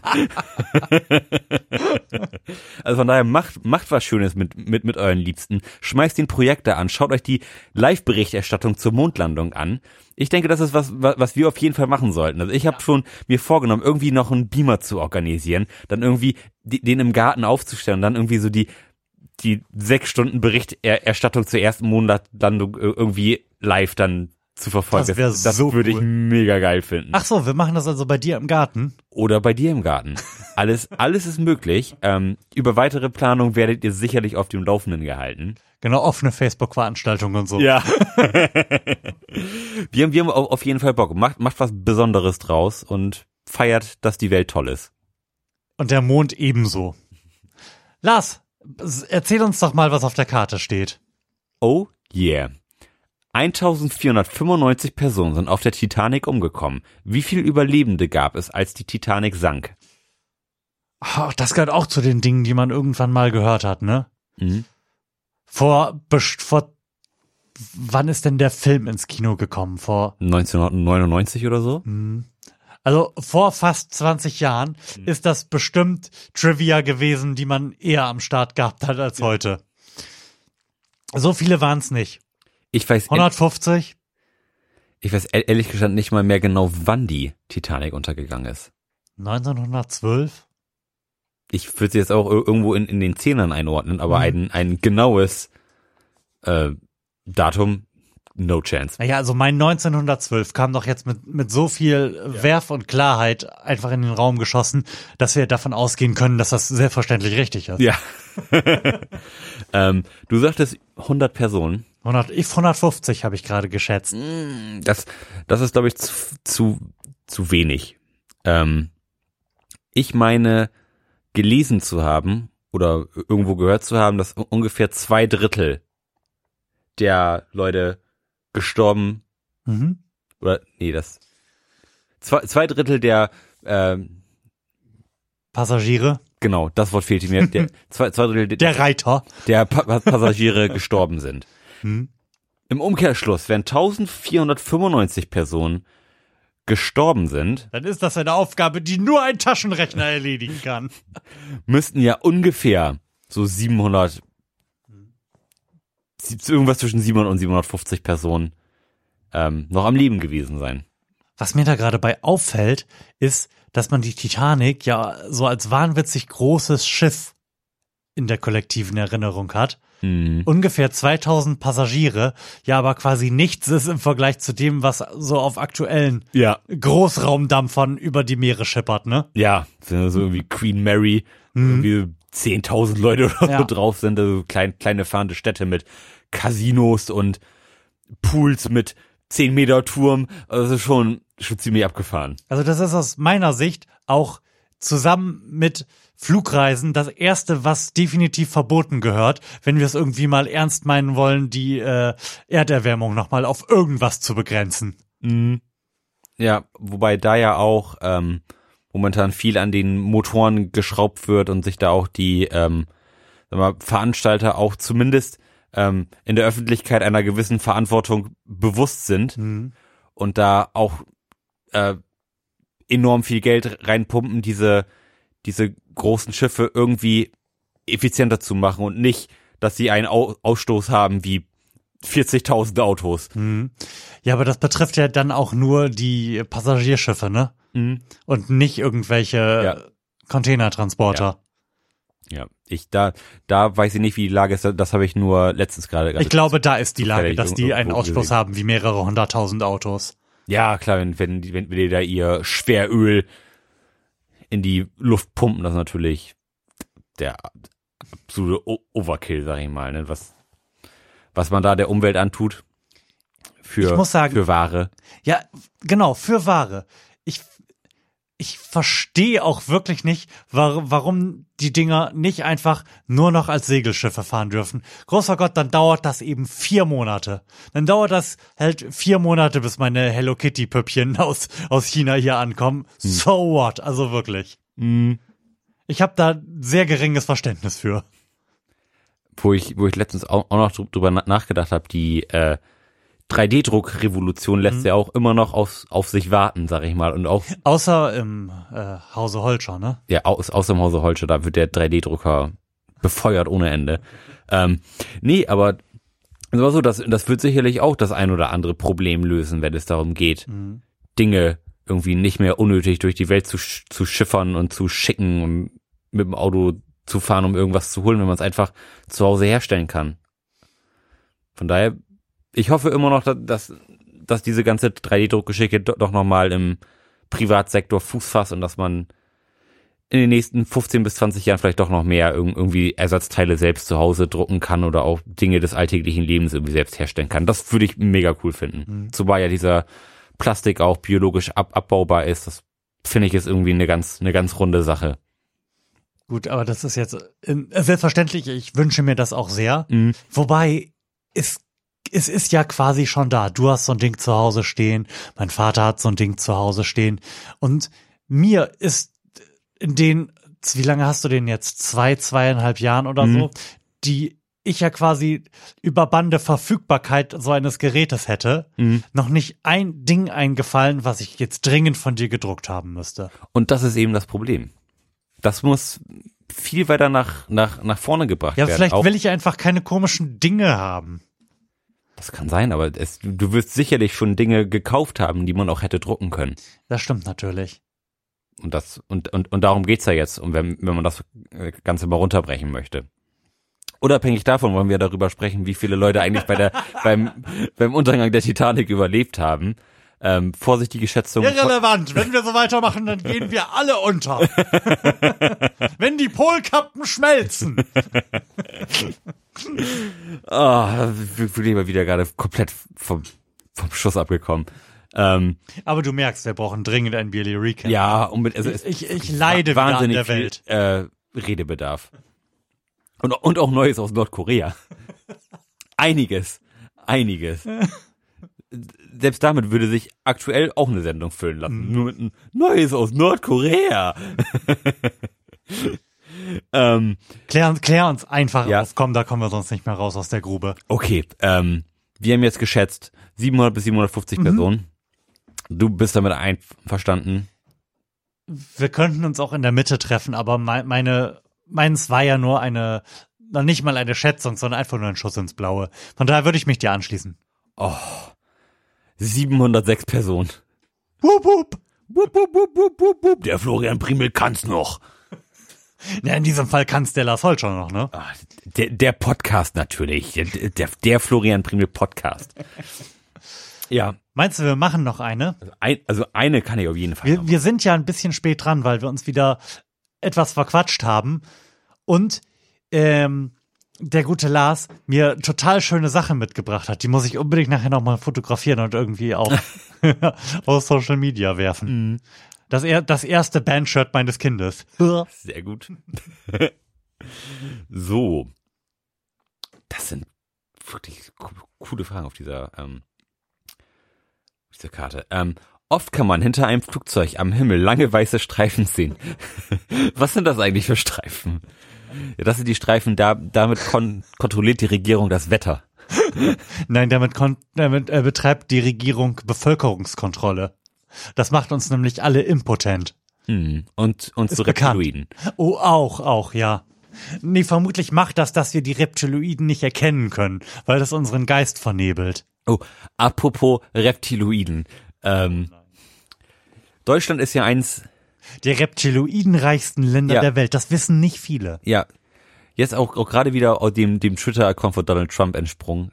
Also von daher macht was Schönes mit euren Liebsten. Schmeißt den Projektor an, schaut euch die Live-Berichterstattung zur Mondlandung an. Ich denke, das ist was wir auf jeden Fall machen sollten. Also ich habe schon mir vorgenommen, irgendwie noch einen Beamer zu organisieren, dann irgendwie den im Garten aufzustellen und dann irgendwie so die 6 Stunden Berichterstattung zur ersten Mondlandung irgendwie live dann zu verfolgen. Das so würde ich mega geil finden. Ach so, wir machen das also bei dir im Garten? Oder bei dir im Garten. Alles ist möglich. Über weitere Planung werdet ihr sicherlich auf dem Laufenden gehalten. Genau, offene Facebook-Veranstaltungen und so. Ja. Wir haben auf jeden Fall Bock. Macht was Besonderes draus und feiert, dass die Welt toll ist. Und der Mond ebenso. Lars, erzähl uns doch mal, was auf der Karte steht. Oh yeah. 1495 Personen sind auf der Titanic umgekommen. Wie viele Überlebende gab es, als die Titanic sank? Oh, das gehört auch zu den Dingen, die man irgendwann mal gehört hat, ne? Vor wann ist denn der Film ins Kino gekommen? Vor 1999 oder so? Also vor fast 20 Jahren ist das bestimmt Trivia gewesen, die man eher am Start gehabt hat als heute. So viele waren es nicht. Ich weiß 150? Ich weiß ehrlich gesagt nicht mal mehr genau, wann die Titanic untergegangen ist. 1912? Ich würde sie jetzt auch irgendwo in den Zehnern einordnen, aber ein genaues Datum, no chance. Naja, also mein 1912 kam doch jetzt mit so viel Werf und Klarheit einfach in den Raum geschossen, dass wir davon ausgehen können, dass das selbstverständlich richtig ist. Ja. Du sagtest 100 Personen. 150 habe ich gerade geschätzt. Das ist, glaube ich, zu wenig. Ich meine, gelesen zu haben oder irgendwo gehört zu haben, dass ungefähr 2/3 der Leute gestorben oder das 2/3 der Passagiere. Genau, das Wort fehlte mir. Der 2/3 der Reiter der Passagiere gestorben sind. Im Umkehrschluss wären 1495 Personen gestorben sind, Dann ist das eine Aufgabe, die nur ein Taschenrechner erledigen kann. müssten ja ungefähr so 700, irgendwas zwischen 700 und 750 Personen noch am Leben gewesen sein. Was mir da gerade bei auffällt, ist, dass man die Titanic ja so als wahnwitzig großes Schiff in der kollektiven Erinnerung hat. Ungefähr 2000 Passagiere, ja, aber quasi nichts ist im Vergleich zu dem, was so auf aktuellen Großraumdampfern über die Meere schippert, ne? Ja, sind so irgendwie Queen Mary, irgendwie 10.000 Leute oder so drauf sind, also kleine fahrende Städte mit Casinos und Pools mit 10 Meter Turm, also schon ziemlich abgefahren. Also das ist aus meiner Sicht auch zusammen mit Flugreisen das erste, was definitiv verboten gehört, wenn wir es irgendwie mal ernst meinen wollen, die Erderwärmung nochmal auf irgendwas zu begrenzen. Ja, wobei da ja auch momentan viel an den Motoren geschraubt wird und sich da auch die Veranstalter auch zumindest in der Öffentlichkeit einer gewissen Verantwortung bewusst sind und da auch enorm viel Geld reinpumpen, diese großen Schiffe irgendwie effizienter zu machen und nicht, dass sie einen Ausstoß haben wie 40.000 Autos. Ja, aber das betrifft ja dann auch nur die Passagierschiffe, ne? Und nicht irgendwelche Containertransporter. Ja, da weiß ich nicht, wie die Lage ist, das habe ich nur letztens gerade. Ich glaube, da ist die Lage, dass die einen Ausstoß haben wie mehrere 100.000 Autos. Ja, klar, wenn die da ihr Schweröl in die Luft pumpen, das ist natürlich der absolute Overkill, sag ich mal, ne? Was man da der Umwelt antut für Ware. Ja, genau, für Ware. Ich verstehe auch wirklich nicht, warum die Dinger nicht einfach nur noch als Segelschiffe fahren dürfen. Großer Gott, dann dauert das eben 4 Monate. Dann dauert das halt 4 Monate, bis meine Hello Kitty Püppchen aus China hier ankommen. So what? Also wirklich. Ich habe da sehr geringes Verständnis für. Wo ich letztens auch noch drüber nachgedacht habe, die 3D-Druck-Revolution lässt ja auch immer noch auf sich warten, sag ich mal. Und auch außer im Hause Holscher, ne? Ja, außer im Hause Holscher, da wird der 3D-Drucker befeuert ohne Ende. Nee, aber es war so, das wird sicherlich auch das ein oder andere Problem lösen, wenn es darum geht, Dinge irgendwie nicht mehr unnötig durch die Welt zu schiffern und zu schicken und mit dem Auto zu fahren, um irgendwas zu holen, wenn man es einfach zu Hause herstellen kann. Von daher, ich hoffe immer noch, dass diese ganze 3D-Druckgeschichte doch nochmal im Privatsektor Fuß fasst und dass man in den nächsten 15 bis 20 Jahren vielleicht doch noch mehr irgendwie Ersatzteile selbst zu Hause drucken kann oder auch Dinge des alltäglichen Lebens irgendwie selbst herstellen kann. Das würde ich mega cool finden. Zumal ja dieser Plastik auch biologisch abbaubar ist. Das finde ich ist irgendwie eine ganz runde Sache. Gut, aber das ist jetzt selbstverständlich. Ich wünsche mir das auch sehr. Wobei es ist ja quasi schon da. Du hast so ein Ding zu Hause stehen. Mein Vater hat so ein Ding zu Hause stehen. Und mir ist in den, wie lange hast du den jetzt? 2,5 Jahren oder so, die ich ja quasi über Bande-Verfügbarkeit so eines Gerätes hätte, noch nicht ein Ding eingefallen, was ich jetzt dringend von dir gedruckt haben müsste. Und das ist eben das Problem. Das muss viel weiter nach vorne gebracht werden. Ja, vielleicht will ich einfach keine komischen Dinge haben. Das kann sein, aber du wirst sicherlich schon Dinge gekauft haben, die man auch hätte drucken können. Das stimmt natürlich. Und darum geht's ja jetzt, wenn man das Ganze mal runterbrechen möchte. Unabhängig davon wollen wir darüber sprechen, wie viele Leute eigentlich beim Untergang der Titanic überlebt haben. Vorsichtige Schätzung. Irrelevant. Wenn wir so weitermachen, dann gehen wir alle unter. Wenn die Polkappen schmelzen. Wir sind wieder gerade komplett vom Schuss abgekommen. Aber du merkst, wir brauchen dringend ein Billy Recap. Ja, also ich leide wieder an der Welt. Redebedarf. Und auch Neues aus Nordkorea. Einiges. Selbst damit würde sich aktuell auch eine Sendung füllen lassen. Nur mit Neues aus Nordkorea. Klär uns einfach auf. Komm, da kommen wir sonst nicht mehr raus aus der Grube. Okay, wir haben jetzt geschätzt 700 bis 750 Personen. Du bist damit einverstanden? Wir könnten uns auch in der Mitte treffen, aber meins war ja nur noch nicht mal eine Schätzung, sondern einfach nur ein Schuss ins Blaue. Von daher würde ich mich dir anschließen. 706 Personen. Wup, wup. Wup, wup, wup, wup, wup, wup. Der Florian Primel kann's noch. Ja, in diesem Fall kann's der Lars Holt schon noch, ne? Der Podcast natürlich. Der Florian Primel Podcast. Ja. Meinst du, wir machen noch eine? Also eine kann ich auf jeden Fall. Wir sind ja ein bisschen spät dran, weil wir uns wieder etwas verquatscht haben. Und der gute Lars mir total schöne Sachen mitgebracht hat. Die muss ich unbedingt nachher nochmal fotografieren und irgendwie auch auf Social Media werfen. Mhm. Das erste Bandshirt meines Kindes. Sehr gut. So. Das sind wirklich coole Fragen auf dieser Karte. Oft kann man hinter einem Flugzeug am Himmel lange weiße Streifen sehen. Was sind das eigentlich für Streifen? Ja, das sind die Streifen, damit kontrolliert die Regierung das Wetter. Nein, damit betreibt die Regierung Bevölkerungskontrolle. Das macht uns nämlich alle impotent. Und zu Reptiloiden. Oh, auch, ja. Nee, vermutlich macht das, dass wir die Reptiloiden nicht erkennen können, weil das unseren Geist vernebelt. Oh, apropos Reptiloiden. Deutschland ist ja eins der reptiloidenreichsten Länder der Welt. Das wissen nicht viele. Ja, jetzt auch gerade wieder dem Twitter-Account von Donald Trump entsprungen.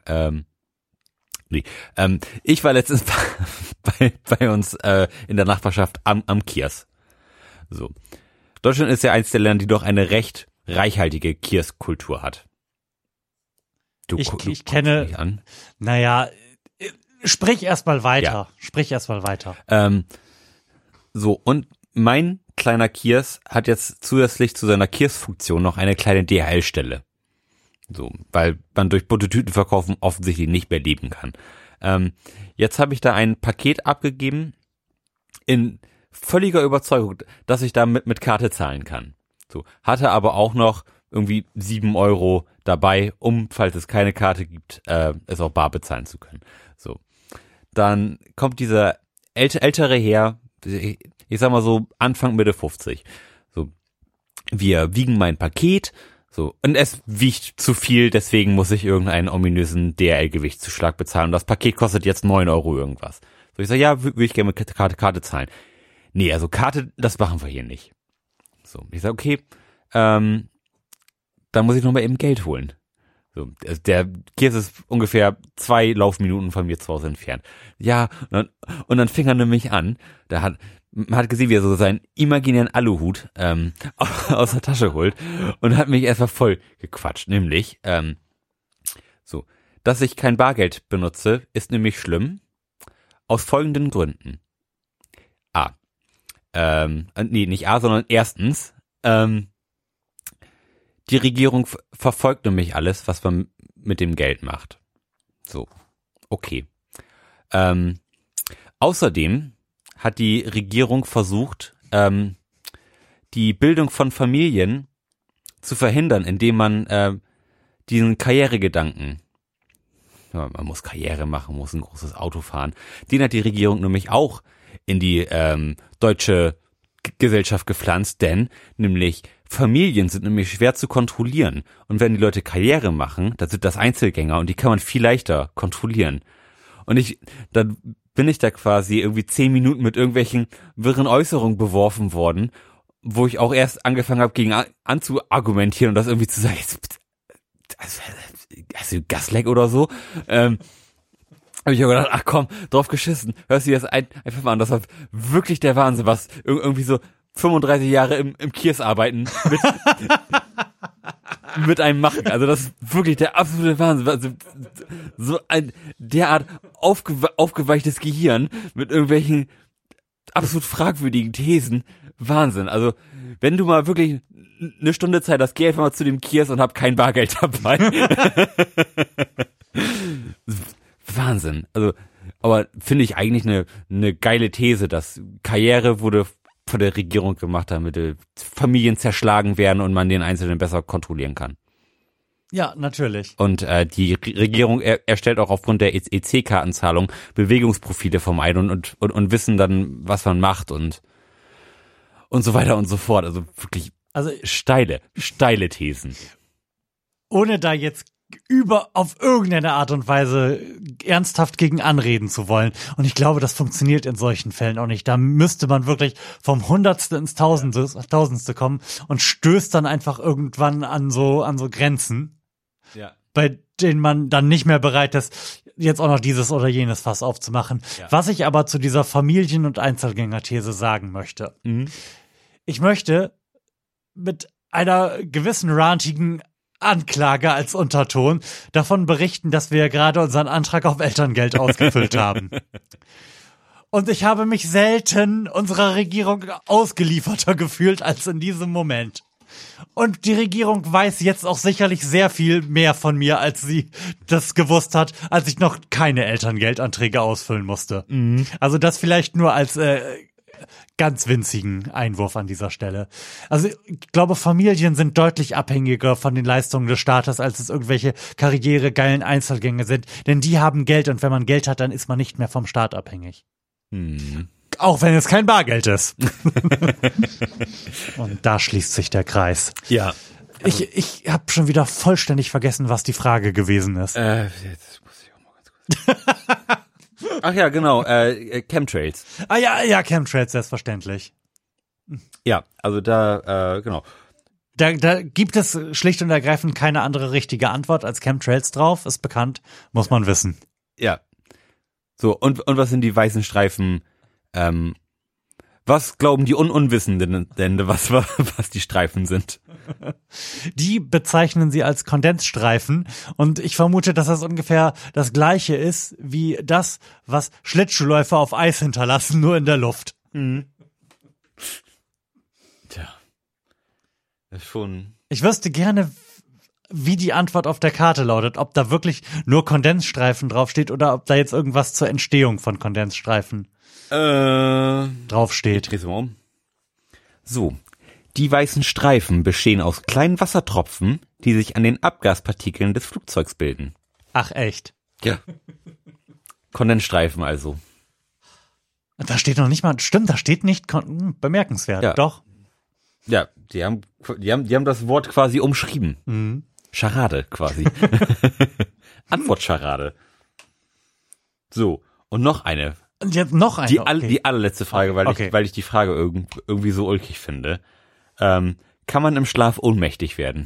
Ich war letztens bei uns in der Nachbarschaft am Kiers. So. Deutschland ist ja eins der Länder, die doch eine recht reichhaltige Kierskultur hat. Ich kenne. Mich an. Naja, sprich erst mal weiter. So, und mein kleiner Kiers hat jetzt zusätzlich zu seiner Kiersfunktion noch eine kleine DHL-Stelle. So, weil man durch bunte Tüten verkaufen offensichtlich nicht mehr leben kann. Jetzt habe ich da ein Paket abgegeben in völliger Überzeugung, dass ich da mit Karte zahlen kann. So, hatte aber auch noch irgendwie 7 € dabei, falls es keine Karte gibt, es auch bar bezahlen zu können. So, dann kommt dieser ältere Herr, ich sag mal so Anfang Mitte 50. So, wir wiegen mein Paket, so, und es wiegt zu viel, deswegen muss ich irgendeinen ominösen DHL-Gewichtszuschlag bezahlen. Und das Paket kostet jetzt 9 € irgendwas. So, ich sage, ja, würde ich gerne mit Karte zahlen. Nee, also Karte, das machen wir hier nicht. So, ich sage, okay, dann muss ich noch mal eben Geld holen. So, der Kiers ist ungefähr 2 Laufminuten von mir zu Hause entfernt. Ja, und dann fing er nämlich an, man hat gesehen, wie er so seinen imaginären Aluhut aus der Tasche holt und hat mich erstmal voll gequatscht. Nämlich, so, dass ich kein Bargeld benutze, ist nämlich schlimm. Aus folgenden Gründen. Nicht A, sondern erstens, die Regierung verfolgt nämlich alles, was man mit dem Geld macht. So, okay. Außerdem hat die Regierung versucht, die Bildung von Familien zu verhindern, indem man diesen Karrieregedanken, man muss Karriere machen, muss ein großes Auto fahren, den hat die Regierung nämlich auch in die deutsche Gesellschaft gepflanzt, denn nämlich Familien sind nämlich schwer zu kontrollieren. Und wenn die Leute Karriere machen, dann sind das Einzelgänger und die kann man viel leichter kontrollieren. Und dann bin ich da quasi irgendwie 10 Minuten mit irgendwelchen wirren Äußerungen beworfen worden, wo ich auch erst angefangen habe, gegen anzuargumentieren und das irgendwie zu sagen, also Gasleck oder so. Habe ich auch gedacht, ach komm, drauf geschissen, hörst du das einfach mal an, das war wirklich der Wahnsinn, was irgendwie so 35 Jahre im Kiers arbeiten mit einem machen. Also das ist wirklich der absolute Wahnsinn. Also so ein derart aufgeweichtes Gehirn mit irgendwelchen absolut fragwürdigen Thesen. Wahnsinn. Also wenn du mal wirklich eine Stunde Zeit hast, geh einfach mal zu dem Kiers und hab kein Bargeld dabei. Wahnsinn. Also, aber finde ich eigentlich eine geile These, dass Karriere wurde von der Regierung gemacht, damit Familien zerschlagen werden und man den Einzelnen besser kontrollieren kann. Ja, natürlich. Und die Regierung erstellt auch aufgrund der EC-Kartenzahlung Bewegungsprofile vom einen und wissen dann, was man macht und so weiter und so fort. Also wirklich steile Thesen. Ohne da jetzt auf irgendeine Art und Weise ernsthaft gegen anreden zu wollen. Und ich glaube, das funktioniert in solchen Fällen auch nicht. Da müsste man wirklich vom Hundertste ins Tausendste kommen und stößt dann einfach irgendwann an so Grenzen, bei denen man dann nicht mehr bereit ist, jetzt auch noch dieses oder jenes Fass aufzumachen. Ja. Was ich aber zu dieser Familien- und Einzelgänger-These sagen möchte. Ich möchte mit einer gewissen rantigen Anklage als Unterton davon berichten, dass wir gerade unseren Antrag auf Elterngeld ausgefüllt haben. Und ich habe mich selten unserer Regierung ausgelieferter gefühlt als in diesem Moment. Und die Regierung weiß jetzt auch sicherlich sehr viel mehr von mir, als sie das gewusst hat, als ich noch keine Elterngeldanträge ausfüllen musste. Also das vielleicht nur als ganz winzigen Einwurf an dieser Stelle. Also ich glaube, Familien sind deutlich abhängiger von den Leistungen des Staates, als es irgendwelche karrieregeilen Einzelgänge sind. Denn die haben Geld und wenn man Geld hat, dann ist man nicht mehr vom Staat abhängig. Auch wenn es kein Bargeld ist. Und da schließt sich der Kreis. Ja. Also ich habe schon wieder vollständig vergessen, was die Frage gewesen ist. Jetzt muss ich auch mal ganz kurz. Ach ja, genau, Chemtrails. Ja, Chemtrails, selbstverständlich. Ja, also da, genau. Da gibt es schlicht und ergreifend keine andere richtige Antwort als Chemtrails drauf, ist bekannt, muss man wissen. Ja. So, und was sind die weißen Streifen? Was glauben die Unwissenden denn, was die Streifen sind? Die bezeichnen sie als Kondensstreifen und ich vermute, dass das ungefähr das Gleiche ist wie das, was Schlittschuhläufer auf Eis hinterlassen, nur in der Luft. Tja. Das ist schon... Ich wüsste gerne, wie die Antwort auf der Karte lautet, ob da wirklich nur Kondensstreifen draufsteht oder ob da jetzt irgendwas zur Entstehung von Kondensstreifen draufsteht. Ich dreh's mal um. So. Die weißen Streifen bestehen aus kleinen Wassertropfen, die sich an den Abgaspartikeln des Flugzeugs bilden. Ach, echt? Ja. Kondensstreifen also. Da steht noch nicht mal, stimmt, da steht nicht, bemerkenswert, ja. Doch. Ja, die haben das Wort quasi umschrieben. Scharade quasi. Antwortscharade. So, und noch eine. Und jetzt noch eine. Die allerletzte Frage, weil ich die Frage irgendwie so ulkig finde. Kann man im Schlaf ohnmächtig werden?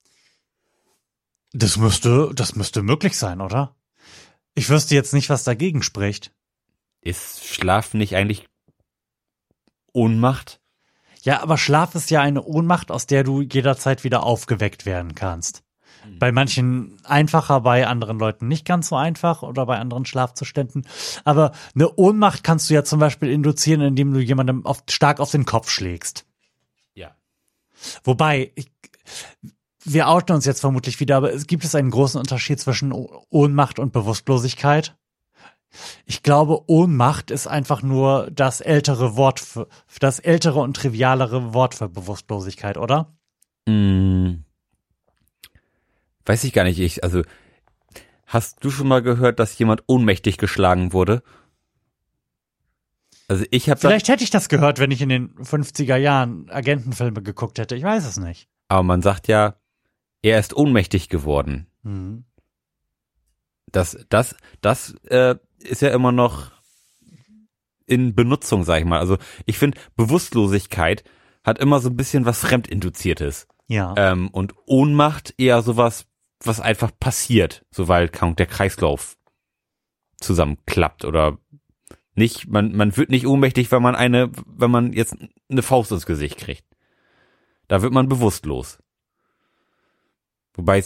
Das müsste möglich sein, oder? Ich wüsste jetzt nicht, was dagegen spricht. Ist Schlaf nicht eigentlich Ohnmacht? Ja, aber Schlaf ist ja eine Ohnmacht, aus der du jederzeit wieder aufgeweckt werden kannst. Bei manchen einfacher, bei anderen Leuten nicht ganz so einfach oder bei anderen Schlafzuständen. Aber eine Ohnmacht kannst du ja zum Beispiel induzieren, indem du jemandem stark auf den Kopf schlägst. Ja. Wobei, wir outen uns jetzt vermutlich wieder, aber gibt es einen großen Unterschied zwischen Ohnmacht und Bewusstlosigkeit? Ich glaube, Ohnmacht ist einfach nur das ältere und trivialere Wort für Bewusstlosigkeit, oder? Weiß ich gar nicht. Also, hast du schon mal gehört, dass jemand ohnmächtig geschlagen wurde? Also Vielleicht hätte ich das gehört, wenn ich in den 50er Jahren Agentenfilme geguckt hätte. Ich weiß es nicht. Aber man sagt ja, er ist ohnmächtig geworden. Das ist ja immer noch in Benutzung, sag ich mal. Also ich finde, Bewusstlosigkeit hat immer so ein bisschen was Fremdinduziertes. Ja. Und Ohnmacht eher sowas, was einfach passiert, so weil der Kreislauf zusammenklappt oder nicht. Man wird nicht ohnmächtig, wenn man jetzt eine Faust ins Gesicht kriegt. Da wird man bewusstlos. Wobei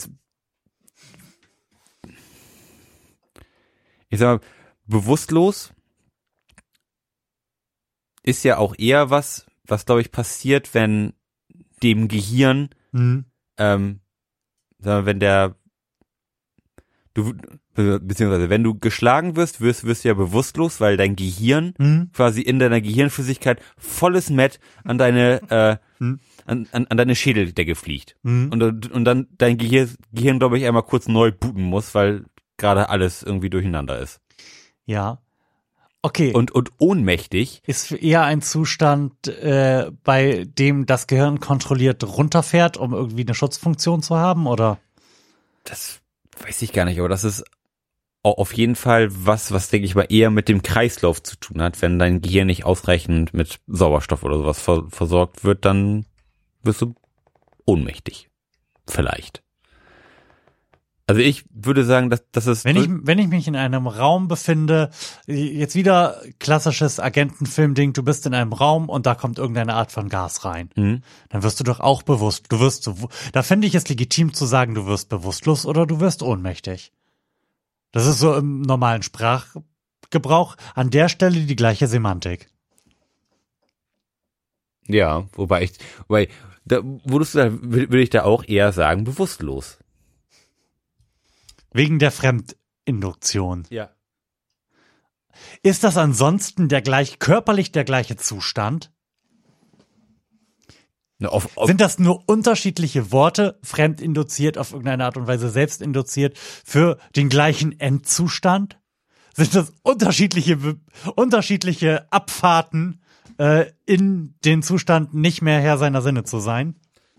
ich sag mal, bewusstlos ist ja auch eher was glaube ich passiert, wenn dem Gehirn, wenn wenn du geschlagen wirst du ja bewusstlos, weil dein Gehirn quasi in deiner Gehirnflüssigkeit volles Met an deine an deine Schädeldecke fliegt. Und dann dein Gehirn, glaube ich, einmal kurz neu booten muss, weil gerade alles irgendwie durcheinander ist. Ja. Okay. Und ohnmächtig. Ist eher ein Zustand, bei dem das Gehirn kontrolliert runterfährt, um irgendwie eine Schutzfunktion zu haben, oder? Das weiß ich gar nicht, aber das ist auf jeden Fall was denke ich mal eher mit dem Kreislauf zu tun hat. Wenn dein Gehirn nicht ausreichend mit Sauerstoff oder sowas versorgt wird, dann wirst du ohnmächtig. Vielleicht. Also ich würde sagen, dass das ist... Wenn ich mich in einem Raum befinde, jetzt wieder klassisches Agentenfilm-Ding, du bist in einem Raum und da kommt irgendeine Art von Gas rein. Dann wirst du doch auch bewusst. Da finde ich es legitim zu sagen, du wirst bewusstlos oder du wirst ohnmächtig. Das ist so im normalen Sprachgebrauch an der Stelle die gleiche Semantik. Ja, wobei würde ich da auch eher sagen, bewusstlos. Wegen der Fremdinduktion. Ja. Ist das ansonsten körperlich der gleiche Zustand? Sind das nur unterschiedliche Worte, fremdinduziert auf irgendeine Art und Weise selbstinduziert, für den gleichen Endzustand? Sind das unterschiedliche Abfahrten in den Zustand, nicht mehr Herr seiner Sinne zu sein?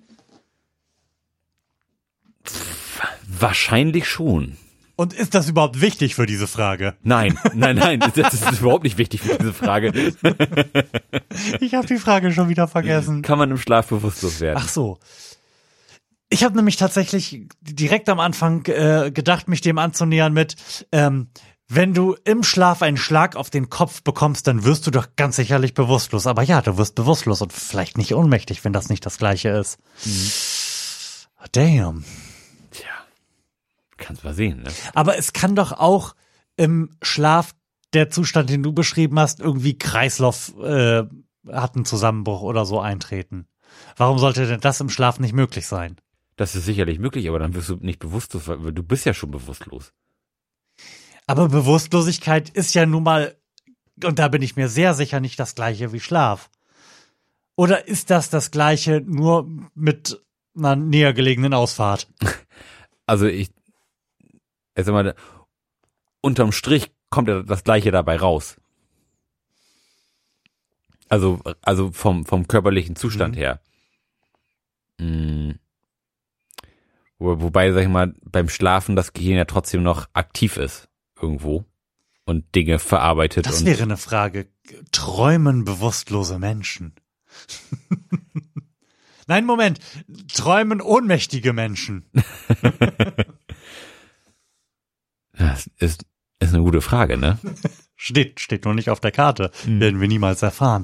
Wahrscheinlich schon. Und ist das überhaupt wichtig für diese Frage? Nein, das ist überhaupt nicht wichtig für diese Frage. Ich habe die Frage schon wieder vergessen. Kann man im Schlaf bewusstlos werden? Ach so. Ich habe nämlich tatsächlich direkt am Anfang gedacht, mich dem anzunähern mit, wenn du im Schlaf einen Schlag auf den Kopf bekommst, dann wirst du doch ganz sicherlich bewusstlos. Aber ja, du wirst bewusstlos und vielleicht nicht ohnmächtig, wenn das nicht das Gleiche ist. Damn. Tja, kannst mal sehen, ne? Aber es kann doch auch im Schlaf der Zustand, den du beschrieben hast, irgendwie Kreislauf hat einen Zusammenbruch oder so eintreten. Warum sollte denn das im Schlaf nicht möglich sein? Das ist sicherlich möglich, aber dann wirst du nicht bewusstlos, weil du bist ja schon bewusstlos. Aber Bewusstlosigkeit ist ja nun mal, und da bin ich mir sehr sicher, nicht das Gleiche wie Schlaf. Oder ist das Gleiche nur mit einer näher gelegenen Ausfahrt? Also sag mal, unterm Strich kommt ja das Gleiche dabei raus. Also vom körperlichen Zustand her. Wobei, sag ich mal, beim Schlafen das Gehirn ja trotzdem noch aktiv ist irgendwo und Dinge verarbeitet. Das wäre eine Frage. Träumen bewusstlose Menschen? Nein, Moment. Träumen ohnmächtige Menschen? Das ist eine gute Frage, ne? Steht nur nicht auf der Karte. Werden wir niemals erfahren.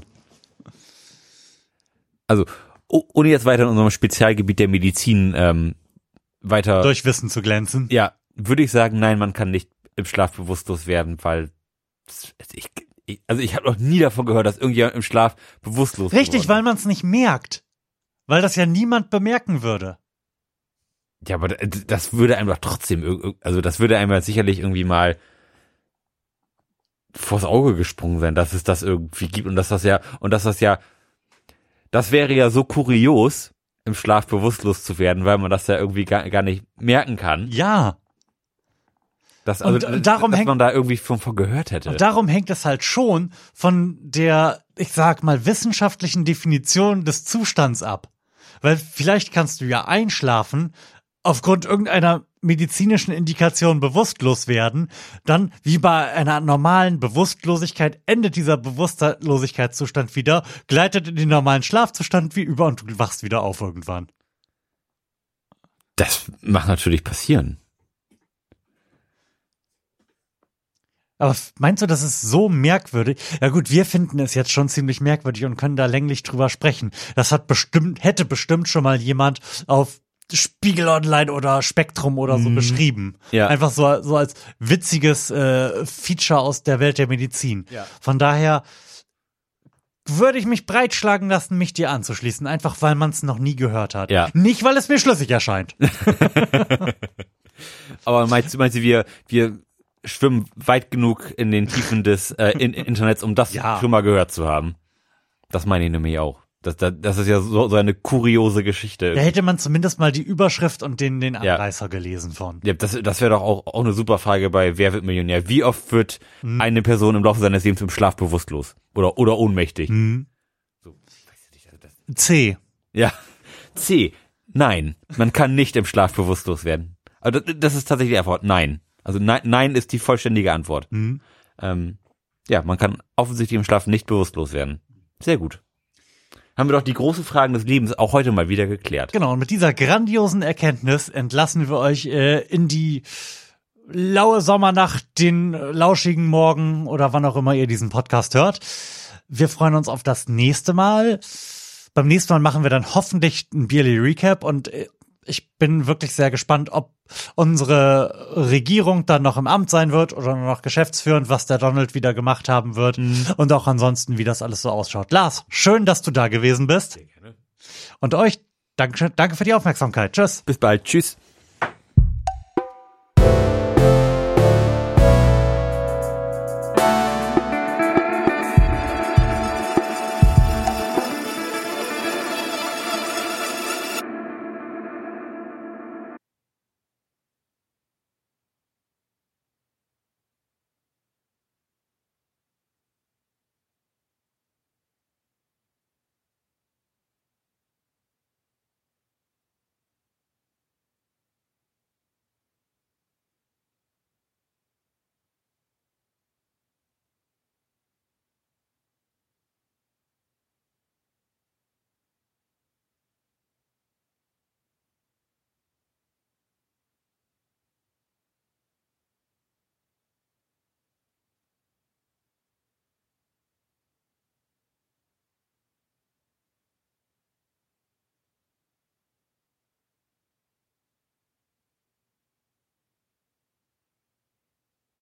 Also, ohne jetzt weiter in unserem Spezialgebiet der Medizin weiter durch Wissen zu glänzen. Ja, würde ich sagen, nein, man kann nicht im Schlaf bewusstlos werden, weil ich habe noch nie davon gehört, dass irgendjemand im Schlaf bewusstlos wird. Richtig, weil man es nicht merkt. Weil das ja niemand bemerken würde. Ja, aber das würde einem doch trotzdem, also das würde einem sicherlich irgendwie mal vors Auge gesprungen sein, dass es das irgendwie gibt und das wäre ja so kurios, im Schlaf bewusstlos zu werden, weil man das ja irgendwie gar nicht merken kann. Ja. Dass man da irgendwie von gehört hätte. Und darum hängt es halt schon von der, ich sag mal, wissenschaftlichen Definition des Zustands ab. Weil vielleicht kannst du ja einschlafen, aufgrund irgendeiner medizinischen Indikation bewusstlos werden, dann wie bei einer normalen Bewusstlosigkeit endet dieser Bewusstlosigkeitszustand wieder, gleitet in den normalen Schlafzustand wie über und du wachst wieder auf irgendwann. Das mag natürlich passieren. Aber meinst du, das ist so merkwürdig? Ja gut, wir finden es jetzt schon ziemlich merkwürdig und können da länglich drüber sprechen. Das hätte bestimmt schon mal jemand auf Spiegel Online oder Spektrum oder so beschrieben. Ja. Einfach so als witziges Feature aus der Welt der Medizin. Ja. Von daher würde ich mich breitschlagen lassen, mich dir anzuschließen. Einfach, weil man es noch nie gehört hat. Ja. Nicht, weil es mir schlüssig erscheint. Aber meinst du, wir schwimmen weit genug in den Tiefen des Internets, um das schon mal gehört zu haben? Das meine ich nämlich auch. Das ist ja so eine kuriose Geschichte. Da hätte man zumindest mal die Überschrift und den Anreißer gelesen von. Ja, das wäre doch auch eine super Frage bei Wer wird Millionär? Wie oft wird eine Person im Laufe seines Lebens im Schlaf bewusstlos? Oder ohnmächtig? So, weiß ich nicht, C. Ja. C. Nein. Man kann nicht im Schlaf bewusstlos werden. Also das ist tatsächlich die Antwort. Nein. Also nein ist die vollständige Antwort. Ja, man kann offensichtlich im Schlaf nicht bewusstlos werden. Sehr gut. Haben wir doch die großen Fragen des Lebens auch heute mal wieder geklärt. Genau, und mit dieser grandiosen Erkenntnis entlassen wir euch in die laue Sommernacht, den lauschigen Morgen oder wann auch immer ihr diesen Podcast hört. Wir freuen uns auf das nächste Mal. Beim nächsten Mal machen wir dann hoffentlich ein Bierly Recap und ich bin wirklich sehr gespannt, ob unsere Regierung dann noch im Amt sein wird oder nur noch geschäftsführend, was der Donald wieder gemacht haben wird und auch ansonsten, wie das alles so ausschaut. Lars, schön, dass du da gewesen bist. Sehr gerne. Und euch, danke für die Aufmerksamkeit. Tschüss. Bis bald. Tschüss.